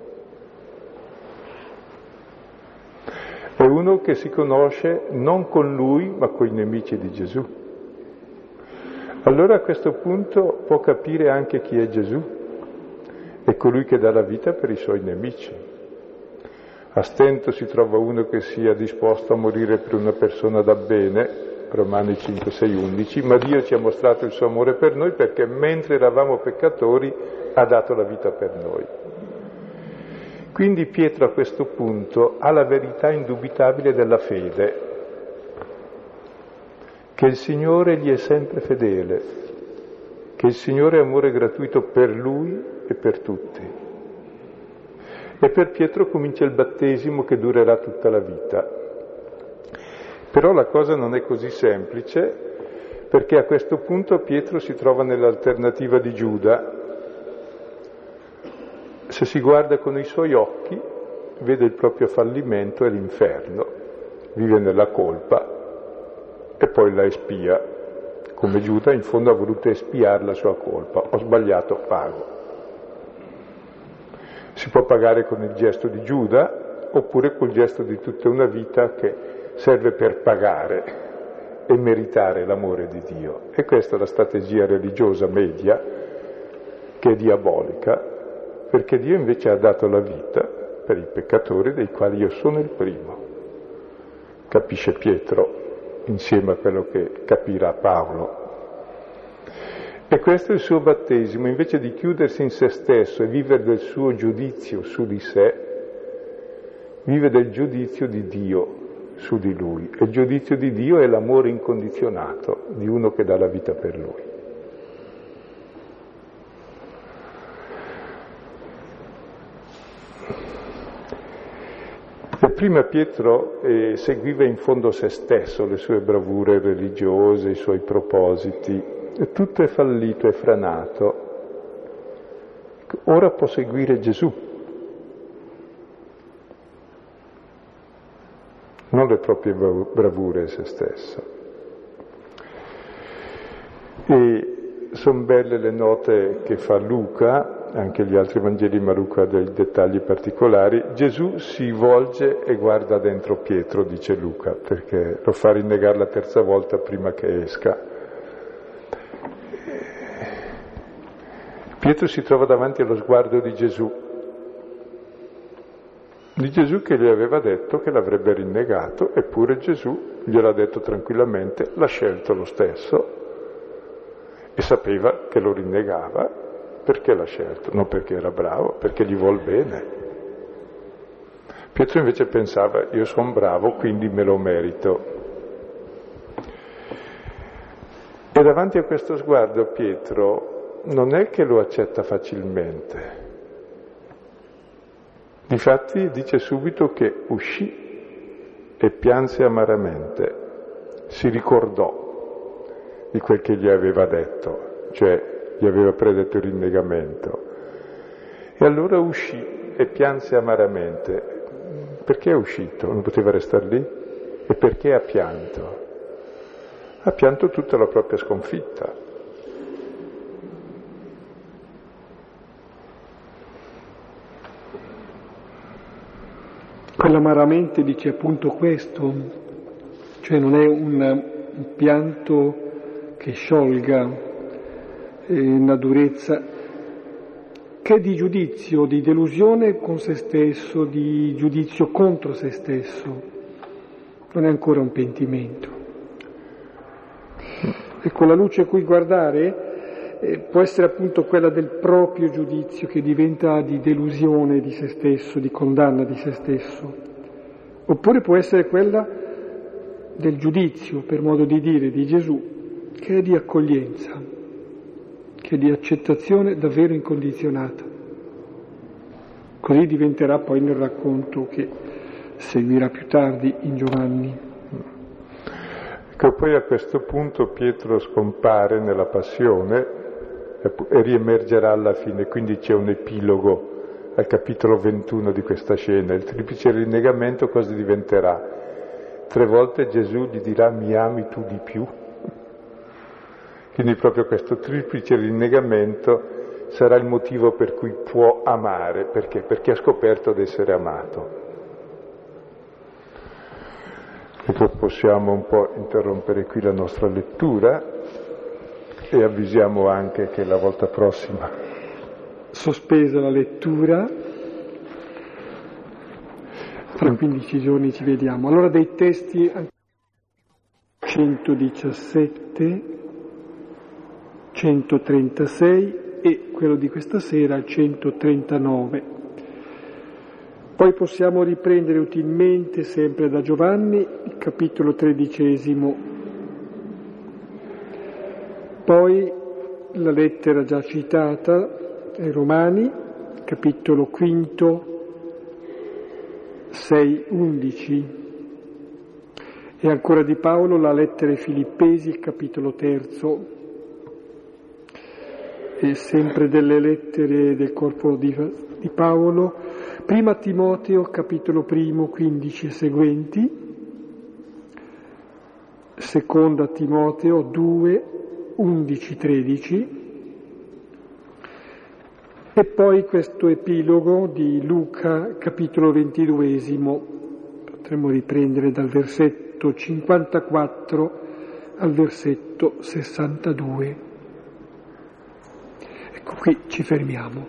È uno che si conosce non con lui, ma con i nemici di Gesù. Allora a questo punto può capire anche chi è Gesù. È colui che dà la vita per i suoi nemici. A stento si trova uno che sia disposto a morire per una persona da bene, Romani 5, 6, 11, ma Dio ci ha mostrato il suo amore per noi perché mentre eravamo peccatori ha dato la vita per noi. Quindi Pietro a questo punto ha la verità indubitabile della fede, che il Signore gli è sempre fedele, che il Signore è amore gratuito per lui e per tutti. E per Pietro comincia il battesimo che durerà tutta la vita. Però la cosa non è così semplice, perché a questo punto Pietro si trova nell'alternativa di Giuda. Se si guarda con i suoi occhi, vede il proprio fallimento e l'inferno, vive nella colpa e poi la espia, come Giuda in fondo ha voluto espiare la sua colpa. Ho sbagliato, pago. Si può pagare con il gesto di Giuda oppure col gesto di tutta una vita che serve per pagare e meritare l'amore di Dio. E questa è la strategia religiosa media, che è diabolica, perché Dio invece ha dato la vita per i peccatori, dei quali io sono il primo. Capisce Pietro, insieme a quello che capirà Paolo. E questo è il suo battesimo, invece di chiudersi in se stesso e vivere del suo giudizio su di sé, vive del giudizio di Dio su di lui. E il giudizio di Dio è l'amore incondizionato di uno che dà la vita per lui. E prima Pietro seguiva in fondo se stesso, le sue bravure religiose, i suoi propositi, e tutto è fallito, è franato. Ora può seguire Gesù, non le proprie bravure se stesso. E sono belle le note che fa Luca, anche gli altri Vangeli, ma Luca ha dei dettagli particolari. Gesù si volge e guarda dentro Pietro, dice Luca, perché lo fa rinnegare la terza volta prima che esca. Pietro si trova davanti allo sguardo di Gesù che gli aveva detto che l'avrebbe rinnegato, eppure Gesù gliel'ha detto tranquillamente, l'ha scelto lo stesso e sapeva che lo rinnegava. Perché l'ha scelto? Non perché era bravo, perché gli vuol bene. Pietro invece pensava, io sono bravo, quindi me lo merito. E davanti a questo sguardo Pietro non è che lo accetta facilmente. Difatti dice subito che uscì e pianse amaramente, si ricordò di quel che gli aveva detto, cioè gli aveva predetto il rinnegamento. E allora uscì e pianse amaramente. Perché è uscito? Non poteva restare lì? E perché ha pianto? Ha pianto tutta la propria sconfitta. Quell'amaramente dice appunto questo, cioè non è un pianto che sciolga una durezza, che è di giudizio, di delusione con se stesso, di giudizio contro se stesso, non è ancora un pentimento. Ecco, la luce a cui guardare può essere appunto quella del proprio giudizio, che diventa di delusione di se stesso, di condanna di se stesso, oppure può essere quella del giudizio, per modo di dire, di Gesù, che è di accoglienza, che è di accettazione davvero incondizionata. Così diventerà poi nel racconto che seguirà più tardi in Giovanni. Ecco, poi a questo punto Pietro scompare nella passione e riemergerà alla fine, quindi c'è un epilogo al capitolo 21 di questa scena. Il triplice rinnegamento cosa diventerà? 3 volte Gesù gli dirà mi ami tu di più? Quindi proprio questo triplice rinnegamento sarà il motivo per cui può amare, perché? Perché ha scoperto di essere amato. Ecco, possiamo un po' interrompere qui la nostra lettura e avvisiamo anche che la volta prossima. Sospesa la lettura, tra 15 giorni ci vediamo. Allora dei testi 117, 136 e quello di questa sera, il 139. Poi possiamo riprendere utilmente, sempre da Giovanni, il capitolo 13. Poi la lettera già citata ai Romani, capitolo 5, 6, 11. E ancora di Paolo la lettera ai Filippesi, capitolo 3. E sempre delle lettere del corpo di Paolo, prima Timoteo, capitolo 1, 15 e seguenti, seconda Timoteo 2, 11, 13, e poi questo epilogo di Luca, capitolo 22, potremmo riprendere dal versetto 54 al versetto 62. Ecco, qui ci fermiamo.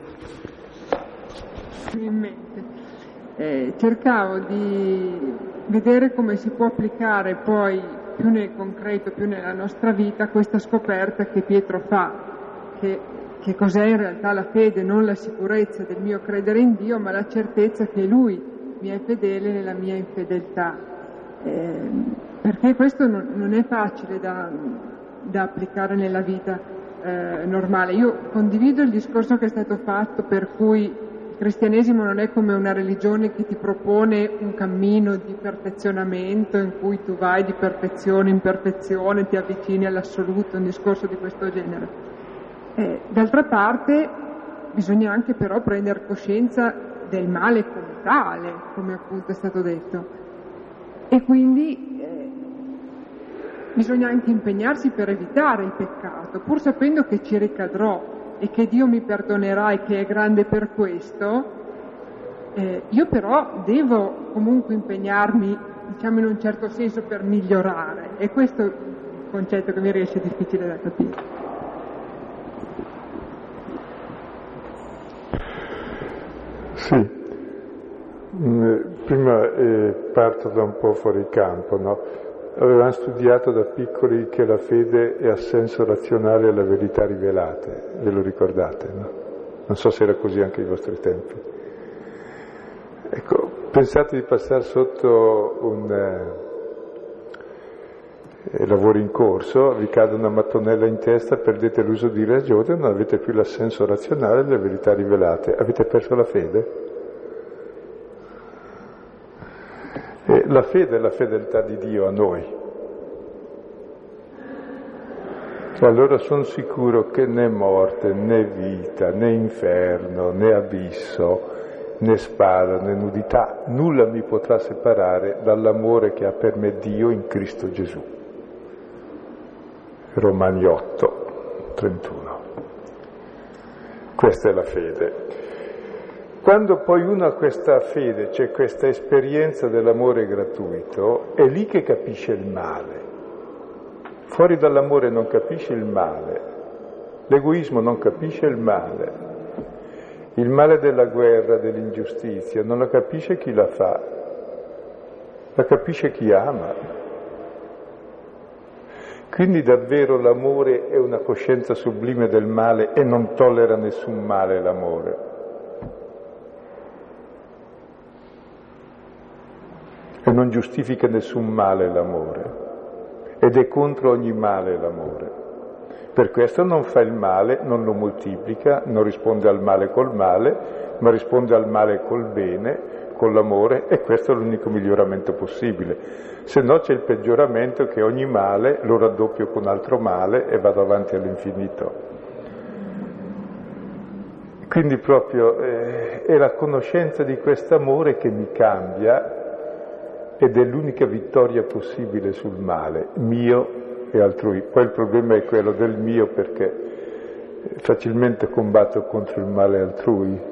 In mente. Cercavo di vedere come si può applicare poi più nel concreto, più nella nostra vita, questa scoperta che Pietro fa, che cos'è in realtà la fede, non la sicurezza del mio credere in Dio, ma la certezza che Lui mi è fedele nella mia infedeltà. Perché questo non è facile da applicare nella vita normale. Io condivido il discorso che è stato fatto per cui cristianesimo non è come una religione che ti propone un cammino di perfezionamento in cui tu vai di perfezione in perfezione, ti avvicini all'assoluto, un discorso di questo genere. D'altra parte bisogna anche però prendere coscienza del male come tale, come appunto è stato detto, e quindi bisogna anche impegnarsi per evitare il peccato, pur sapendo che ci ricadrò e che Dio mi perdonerà e che è grande per questo. Io però devo comunque impegnarmi, diciamo in un certo senso, per migliorare, e questo è il concetto che mi riesce difficile da capire. Sì, prima parto da un po' fuori campo, no? Avevamo studiato da piccoli che la fede è assenso razionale alle verità rivelate, ve lo ricordate, no? Non so se era così anche ai vostri tempi. Ecco, pensate di passare sotto un lavoro in corso, vi cade una mattonella in testa, perdete l'uso di ragione, non avete più l'assenso razionale delle verità rivelate, avete perso la fede. E la fede è la fedeltà di Dio a noi. E allora sono sicuro che né morte, né vita, né inferno, né abisso, né spada, né nudità, nulla mi potrà separare dall'amore che ha per me Dio in Cristo Gesù. Romani 8, 31. Questa è la fede. Quando poi uno ha questa fede, c'è questa esperienza dell'amore gratuito, è lì che capisce il male. Fuori dall'amore non capisce il male, l'egoismo non capisce il male della guerra, dell'ingiustizia, non la capisce chi la fa, la capisce chi ama. Quindi davvero l'amore è una coscienza sublime del male e non tollera nessun male l'amore. E non giustifica nessun male l'amore, ed è contro ogni male l'amore. Per questo non fa il male, non lo moltiplica, non risponde al male col male, ma risponde al male col bene, con l'amore, e questo è l'unico miglioramento possibile. Se no c'è il peggioramento, che ogni male lo raddoppio con altro male e vado avanti all'infinito. Quindi proprio è la conoscenza di quest'amore che mi cambia, ed è l'unica vittoria possibile sul male, mio e altrui. Poi il problema è quello del mio, perché facilmente combatto contro il male altrui,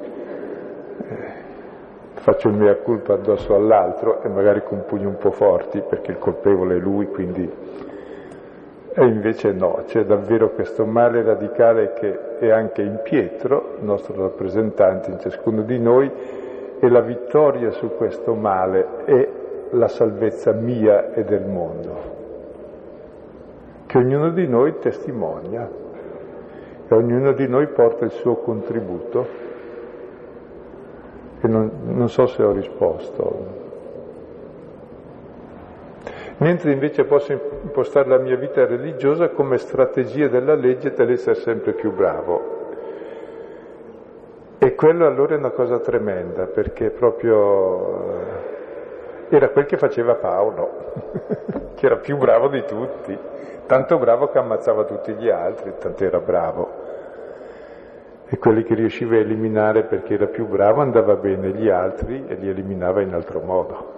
faccio il mea culpa addosso all'altro e magari con pugni un po' forti, perché il colpevole è lui, quindi... E invece no, c'è davvero questo male radicale che è anche in Pietro, nostro rappresentante in ciascuno di noi, e la vittoria su questo male è la salvezza mia e del mondo, che ognuno di noi testimonia e ognuno di noi porta il suo contributo. E non so se ho risposto. Mentre invece posso impostare la mia vita religiosa come strategia della legge dell'essere sempre più bravo. E quello allora è una cosa tremenda, perché proprio era quel che faceva Paolo, che era più bravo di tutti, tanto bravo che ammazzava tutti gli altri, tanto era bravo. E quelli che riusciva a eliminare perché era più bravo andava bene, gli altri e li eliminava in altro modo.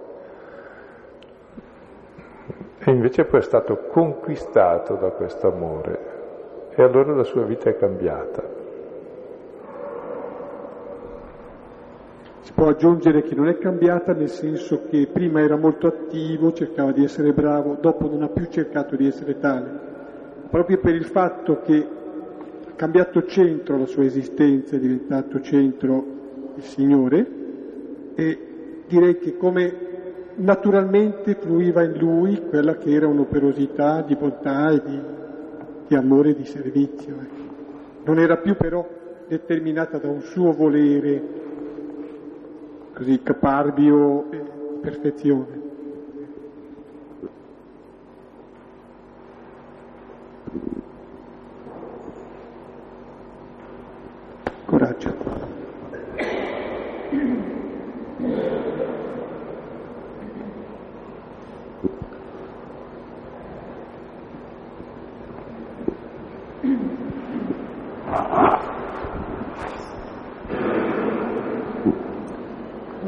E invece poi è stato conquistato da questo amore, e allora la sua vita è cambiata. Si può aggiungere che non è cambiata nel senso che prima era molto attivo, cercava di essere bravo, dopo non ha più cercato di essere tale. Proprio per il fatto che ha cambiato centro la sua esistenza, è diventato centro il Signore, e direi che come naturalmente fluiva in lui quella che era un'operosità di bontà e di amore e di servizio. Non era più però determinata da un suo volere così caparbio e perfezione. Coraggio.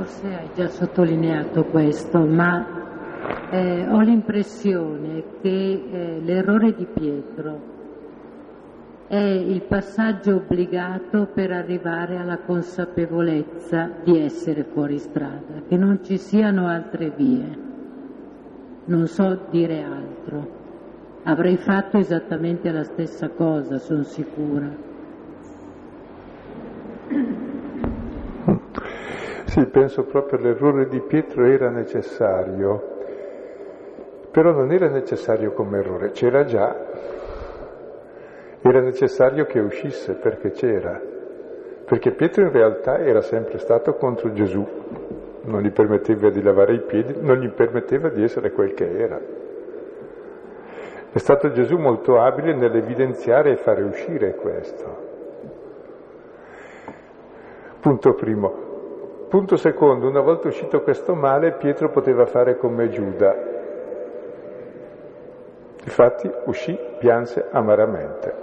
forse hai già sottolineato questo, ma ho l'impressione che l'errore di Pietro è il passaggio obbligato per arrivare alla consapevolezza di essere fuori strada, che non ci siano altre vie. Non so dire altro. Avrei fatto esattamente la stessa cosa, sono sicura. Sì, penso proprio l'errore di Pietro era necessario, però non era necessario come errore, c'era già. Era necessario che uscisse perché c'era, perché Pietro in realtà era sempre stato contro Gesù, non gli permetteva di lavare i piedi, non gli permetteva di essere quel che era. È stato Gesù molto abile nell'evidenziare e fare uscire questo. Punto primo. Punto secondo, una volta uscito questo male, Pietro poteva fare come Giuda. Infatti uscì, pianse amaramente.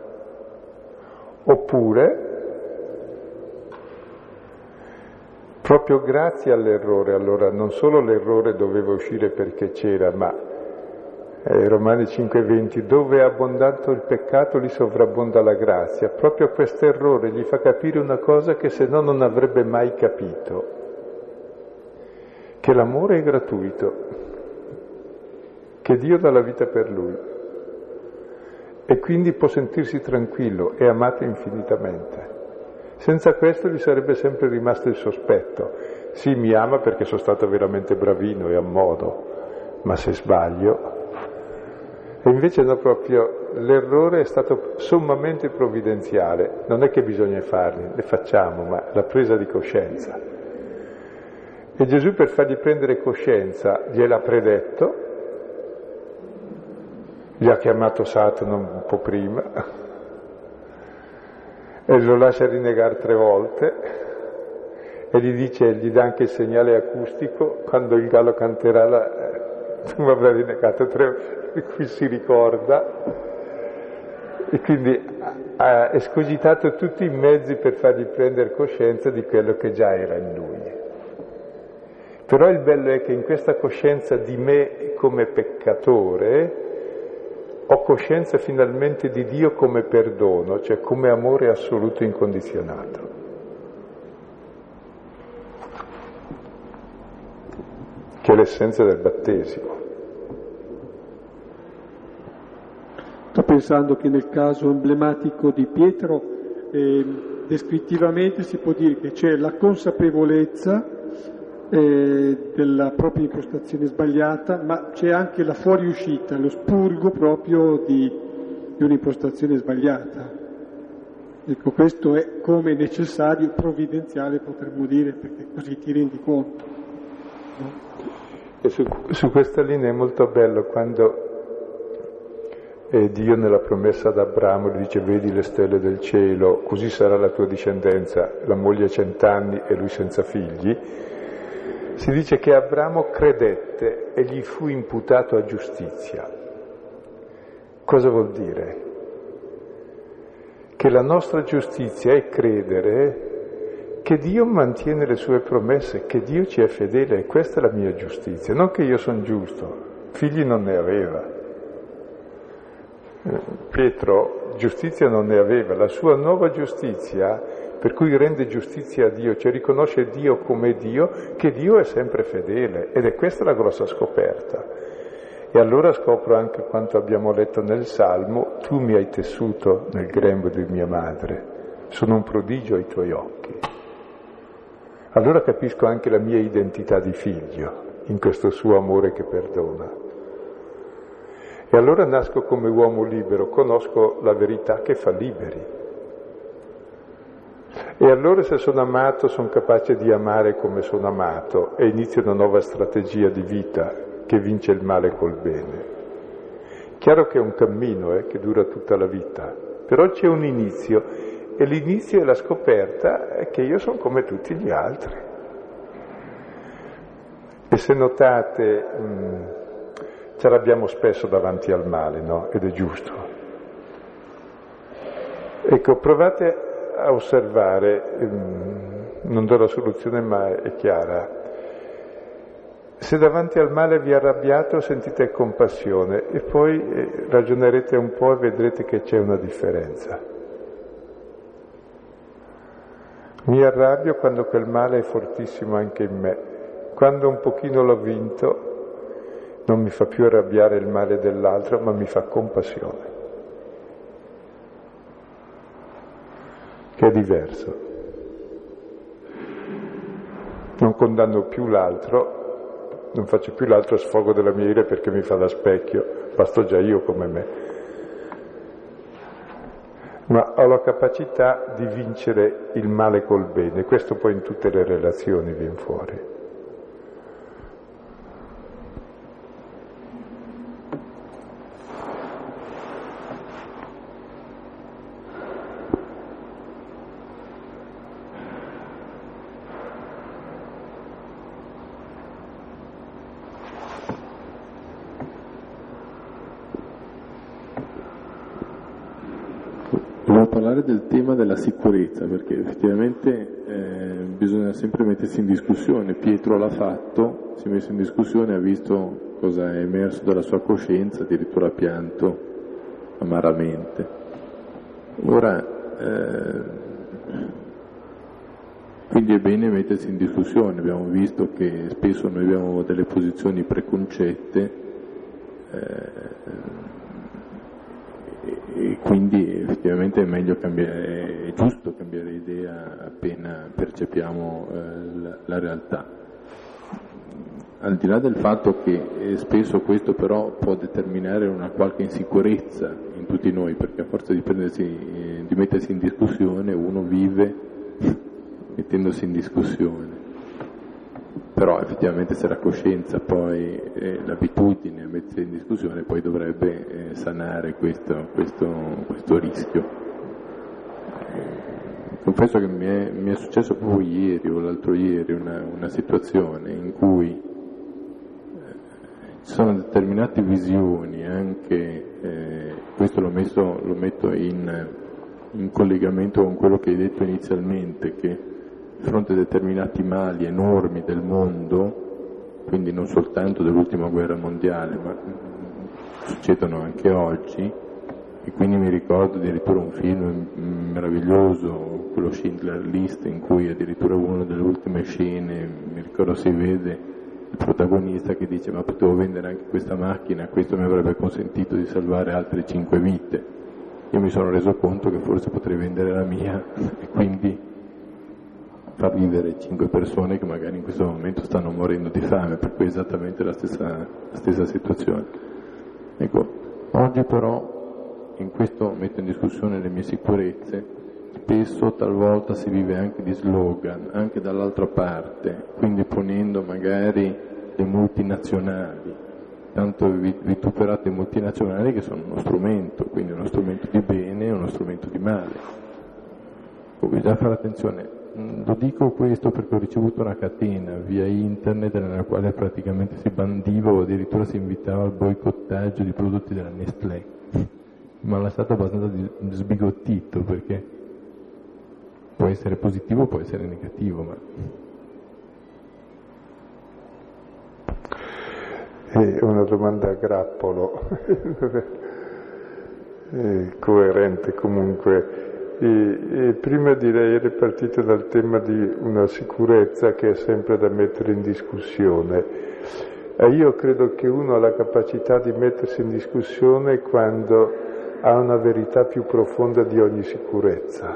Oppure, proprio grazie all'errore, allora non solo l'errore doveva uscire perché c'era, ma Romani 5,20, dove è abbondato il peccato lì sovrabbonda la grazia. Proprio questo errore gli fa capire una cosa che se no non avrebbe mai capito, che l'amore è gratuito, che Dio dà la vita per lui. E quindi può sentirsi tranquillo e amato infinitamente. Senza questo gli sarebbe sempre rimasto il sospetto. Sì, mi ama perché sono stato veramente bravino e a modo, ma se sbaglio... E invece no, proprio l'errore è stato sommamente provvidenziale. Non è che bisogna farli, le facciamo, ma la presa di coscienza. E Gesù per fargli prendere coscienza gliel'ha predetto, gli ha chiamato Satana un po' prima e lo lascia rinnegare 3 volte e gli dà anche il segnale acustico, quando il gallo canterà tu mi avrai rinnegato 3 volte, di cui si ricorda, e quindi ha escogitato tutti i mezzi per fargli prendere coscienza di quello che già era in lui. Però il bello è che in questa coscienza di me come peccatore ho coscienza finalmente di Dio come perdono, cioè come amore assoluto incondizionato. Che è l'essenza del battesimo. Sto pensando che nel caso emblematico di Pietro, descrittivamente si può dire che c'è la consapevolezza della propria impostazione sbagliata, ma c'è anche la fuoriuscita, lo spurgo proprio di un'impostazione sbagliata. Ecco, questo è come necessario, provvidenziale potremmo dire, perché così ti rendi conto. No? E su questa linea è molto bello quando Dio nella promessa ad Abramo gli dice: vedi le stelle del cielo, così sarà la tua discendenza, la moglie 100 anni e lui senza figli. Si dice che Abramo credette e gli fu imputato a giustizia. Cosa vuol dire? Che la nostra giustizia è credere che Dio mantiene le sue promesse, che Dio ci è fedele, e questa è la mia giustizia, non che io sono giusto, figli non ne aveva. Pietro giustizia non ne aveva, la sua nuova giustizia, per cui rende giustizia a Dio, cioè riconosce Dio come Dio, che Dio è sempre fedele, ed è questa la grossa scoperta. E allora scopro anche quanto abbiamo letto nel Salmo: tu mi hai tessuto nel grembo di mia madre, sono un prodigio ai tuoi occhi. Allora capisco anche la mia identità di figlio in questo suo amore che perdona. E allora nasco come uomo libero, conosco la verità che fa liberi. E allora se sono amato sono capace di amare come sono amato e inizio una nuova strategia di vita che vince il male col bene. Chiaro che è un cammino che dura tutta la vita, però c'è un inizio e l'inizio è la scoperta che io sono come tutti gli altri. E se notate, ce l'abbiamo spesso davanti al male, no? Ed è giusto. Ecco, provate a osservare non do la soluzione ma è chiara. Se davanti al male vi arrabbiate sentite compassione e poi ragionerete un po' e vedrete che c'è una differenza. Mi arrabbio quando quel male è fortissimo anche in me. Quando un pochino l'ho vinto non mi fa più arrabbiare il male dell'altro, ma mi fa compassione, che è diverso. Non condanno più l'altro, non faccio più l'altro sfogo della mia ira perché mi fa da specchio, basto già io come me. Ma ho la capacità di vincere il male col bene, questo poi in tutte le relazioni viene fuori. Parlare del tema della sicurezza, perché effettivamente bisogna sempre mettersi in discussione. Pietro l'ha fatto, si è messo in discussione, ha visto cosa è emerso dalla sua coscienza, addirittura ha pianto amaramente. Ora, quindi è bene mettersi in discussione. Abbiamo visto che spesso noi abbiamo delle posizioni preconcette e quindi effettivamente è meglio cambiare, è giusto cambiare idea appena percepiamo la realtà. Al di là del fatto che spesso questo però può determinare una qualche insicurezza in tutti noi, perché a forza di mettersi in discussione uno vive mettendosi in discussione. Però effettivamente se la coscienza poi l'abitudine a mettersi in discussione poi dovrebbe sanare questo rischio. Confesso che mi è successo proprio ieri o l'altro ieri una situazione in cui ci sono determinate visioni, anche questo lo metto in collegamento con quello che hai detto inizialmente, che di fronte a determinati mali enormi del mondo, quindi non soltanto dell'ultima guerra mondiale, ma succedono anche oggi, e quindi mi ricordo addirittura un film meraviglioso, quello Schindler List, in cui addirittura una delle ultime scene, mi ricordo si vede il protagonista che dice: ma potevo vendere anche questa macchina, questo mi avrebbe consentito di salvare altre 5 vite. Io mi sono reso conto che forse potrei vendere la mia e quindi far vivere 5 persone che magari in questo momento stanno morendo di fame, per cui è esattamente la stessa situazione. Ecco, oggi però in questo metto in discussione le mie sicurezze, spesso talvolta si vive anche di slogan, anche dall'altra parte, quindi ponendo magari le multinazionali, tanto vituperate multinazionali che sono uno strumento, quindi uno strumento di bene e uno strumento di male. Bisogna fare attenzione. Lo dico questo perché ho ricevuto una catena via internet nella quale praticamente si bandiva o addirittura si invitava al boicottaggio di prodotti della Nestlé. Mi ha lasciato abbastanza sbigottito, perché può essere positivo, può essere negativo, ma... È una domanda a grappolo, coerente comunque. E prima direi, eri partito dal tema di una sicurezza che è sempre da mettere in discussione. Io credo che uno ha la capacità di mettersi in discussione quando ha una verità più profonda di ogni sicurezza.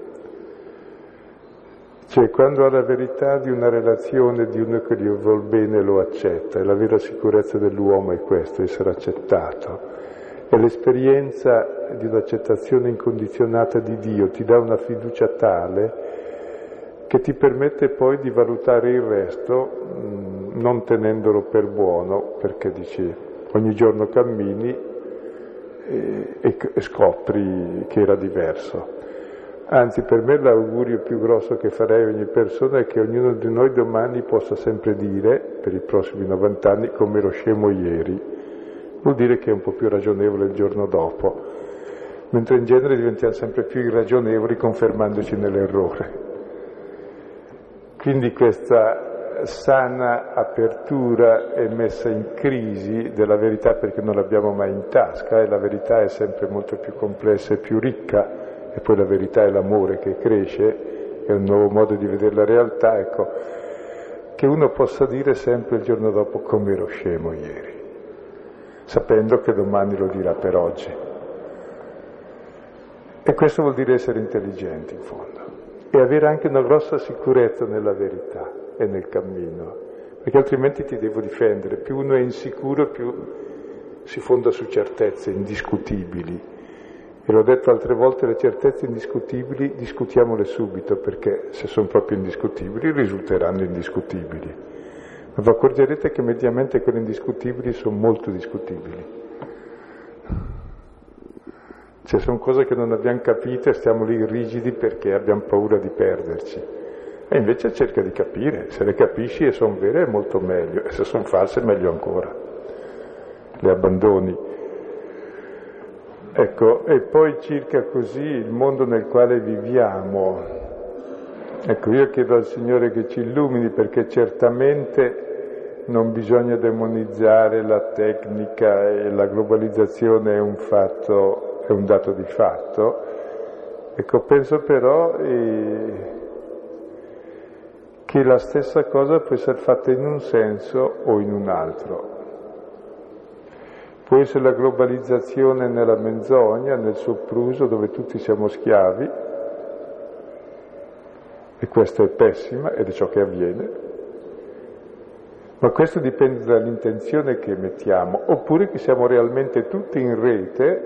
Cioè quando ha la verità di una relazione, di uno che gli vuol bene lo accetta, e la vera sicurezza dell'uomo è questo, essere accettato. E l'esperienza di un'accettazione incondizionata di Dio ti dà una fiducia tale che ti permette poi di valutare il resto non tenendolo per buono, perché dici ogni giorno cammini e scopri che era diverso. Anzi, per me l'augurio più grosso che farei a ogni persona è che ognuno di noi domani possa sempre dire, per i prossimi 90 anni, come ero scemo ieri. Vuol dire che è un po' più ragionevole il giorno dopo, mentre in genere diventiamo sempre più irragionevoli confermandoci nell'errore. Quindi questa sana apertura e messa in crisi della verità, perché non l'abbiamo mai in tasca, e la verità è sempre molto più complessa e più ricca, e poi la verità è l'amore che cresce, è un nuovo modo di vedere la realtà, ecco, che uno possa dire sempre il giorno dopo come ero scemo ieri, sapendo che domani lo dirà per oggi. E questo vuol dire essere intelligenti in fondo, e avere anche una grossa sicurezza nella verità e nel cammino, perché altrimenti ti devo difendere. Più uno è insicuro, più si fonda su certezze indiscutibili. E l'ho detto altre volte, le certezze indiscutibili discutiamole subito, perché se sono proprio indiscutibili risulteranno indiscutibili. Ma vi accorgerete che mediamente quelle indiscutibili sono molto discutibili. Cioè sono cose che non abbiamo capito e stiamo lì rigidi perché abbiamo paura di perderci. E invece cerca di capire, se le capisci e sono vere è molto meglio, e se sono false è meglio ancora. Le abbandoni. Ecco, e poi circa così il mondo nel quale viviamo. Ecco, io chiedo al Signore che ci illumini, perché certamente non bisogna demonizzare la tecnica, e la globalizzazione è un fatto, è un dato di fatto. Ecco, penso però che la stessa cosa può essere fatta in un senso o in un altro. Può essere la globalizzazione nella menzogna, nel sopruso, dove tutti siamo schiavi, e questo è pessima ed è ciò che avviene, ma questo dipende dall'intenzione che mettiamo, oppure che siamo realmente tutti in rete,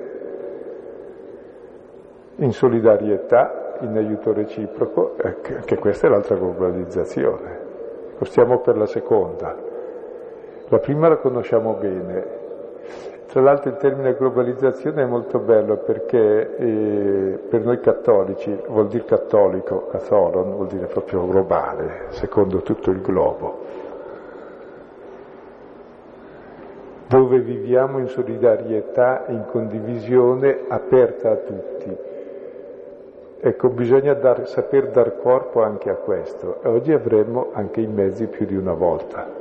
in solidarietà, in aiuto reciproco, che questa è l'altra globalizzazione. Stiamo per la seconda. La prima la conosciamo bene. Tra l'altro il termine globalizzazione è molto bello, perché per noi cattolici vuol dire cattolico, catholon, vuol dire proprio globale, secondo tutto il globo, dove viviamo in solidarietà, in condivisione aperta a tutti. Ecco, bisogna saper dar corpo anche a questo, e oggi avremo anche i mezzi più di una volta.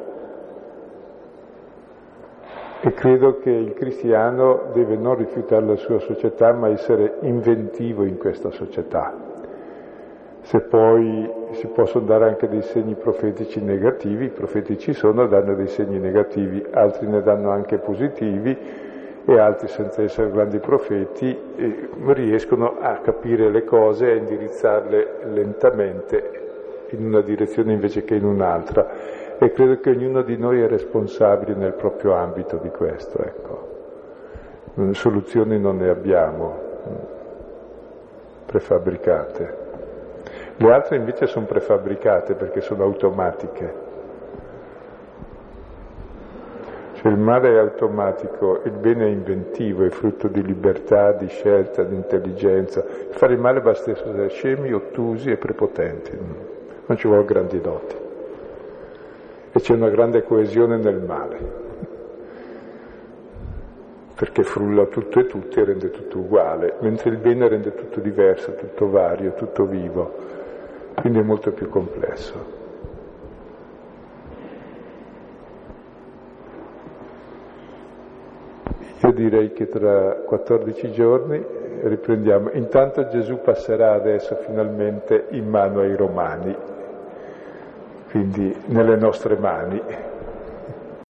E credo che il cristiano deve non rifiutare la sua società, ma essere inventivo in questa società. Se poi si possono dare anche dei segni profetici negativi, i profeti ci sono, danno dei segni negativi, altri ne danno anche positivi, e altri, senza essere grandi profeti, riescono a capire le cose e a indirizzarle lentamente in una direzione invece che in un'altra. E credo che ognuno di noi è responsabile nel proprio ambito di questo, ecco. Soluzioni non ne abbiamo, prefabbricate. Le altre invece sono prefabbricate perché sono automatiche. Cioè il male è automatico, il bene è inventivo, è frutto di libertà, di scelta, di intelligenza. Per fare il male basta essere scemi, ottusi e prepotenti, non ci vuole grandi doti. E c'è una grande coesione nel male, perché frulla tutto e tutti e rende tutto uguale, mentre il bene rende tutto diverso, tutto vario, tutto vivo, quindi è molto più complesso. Io direi che tra 14 giorni riprendiamo. Intanto Gesù passerà adesso finalmente in mano ai Romani, quindi nelle nostre mani.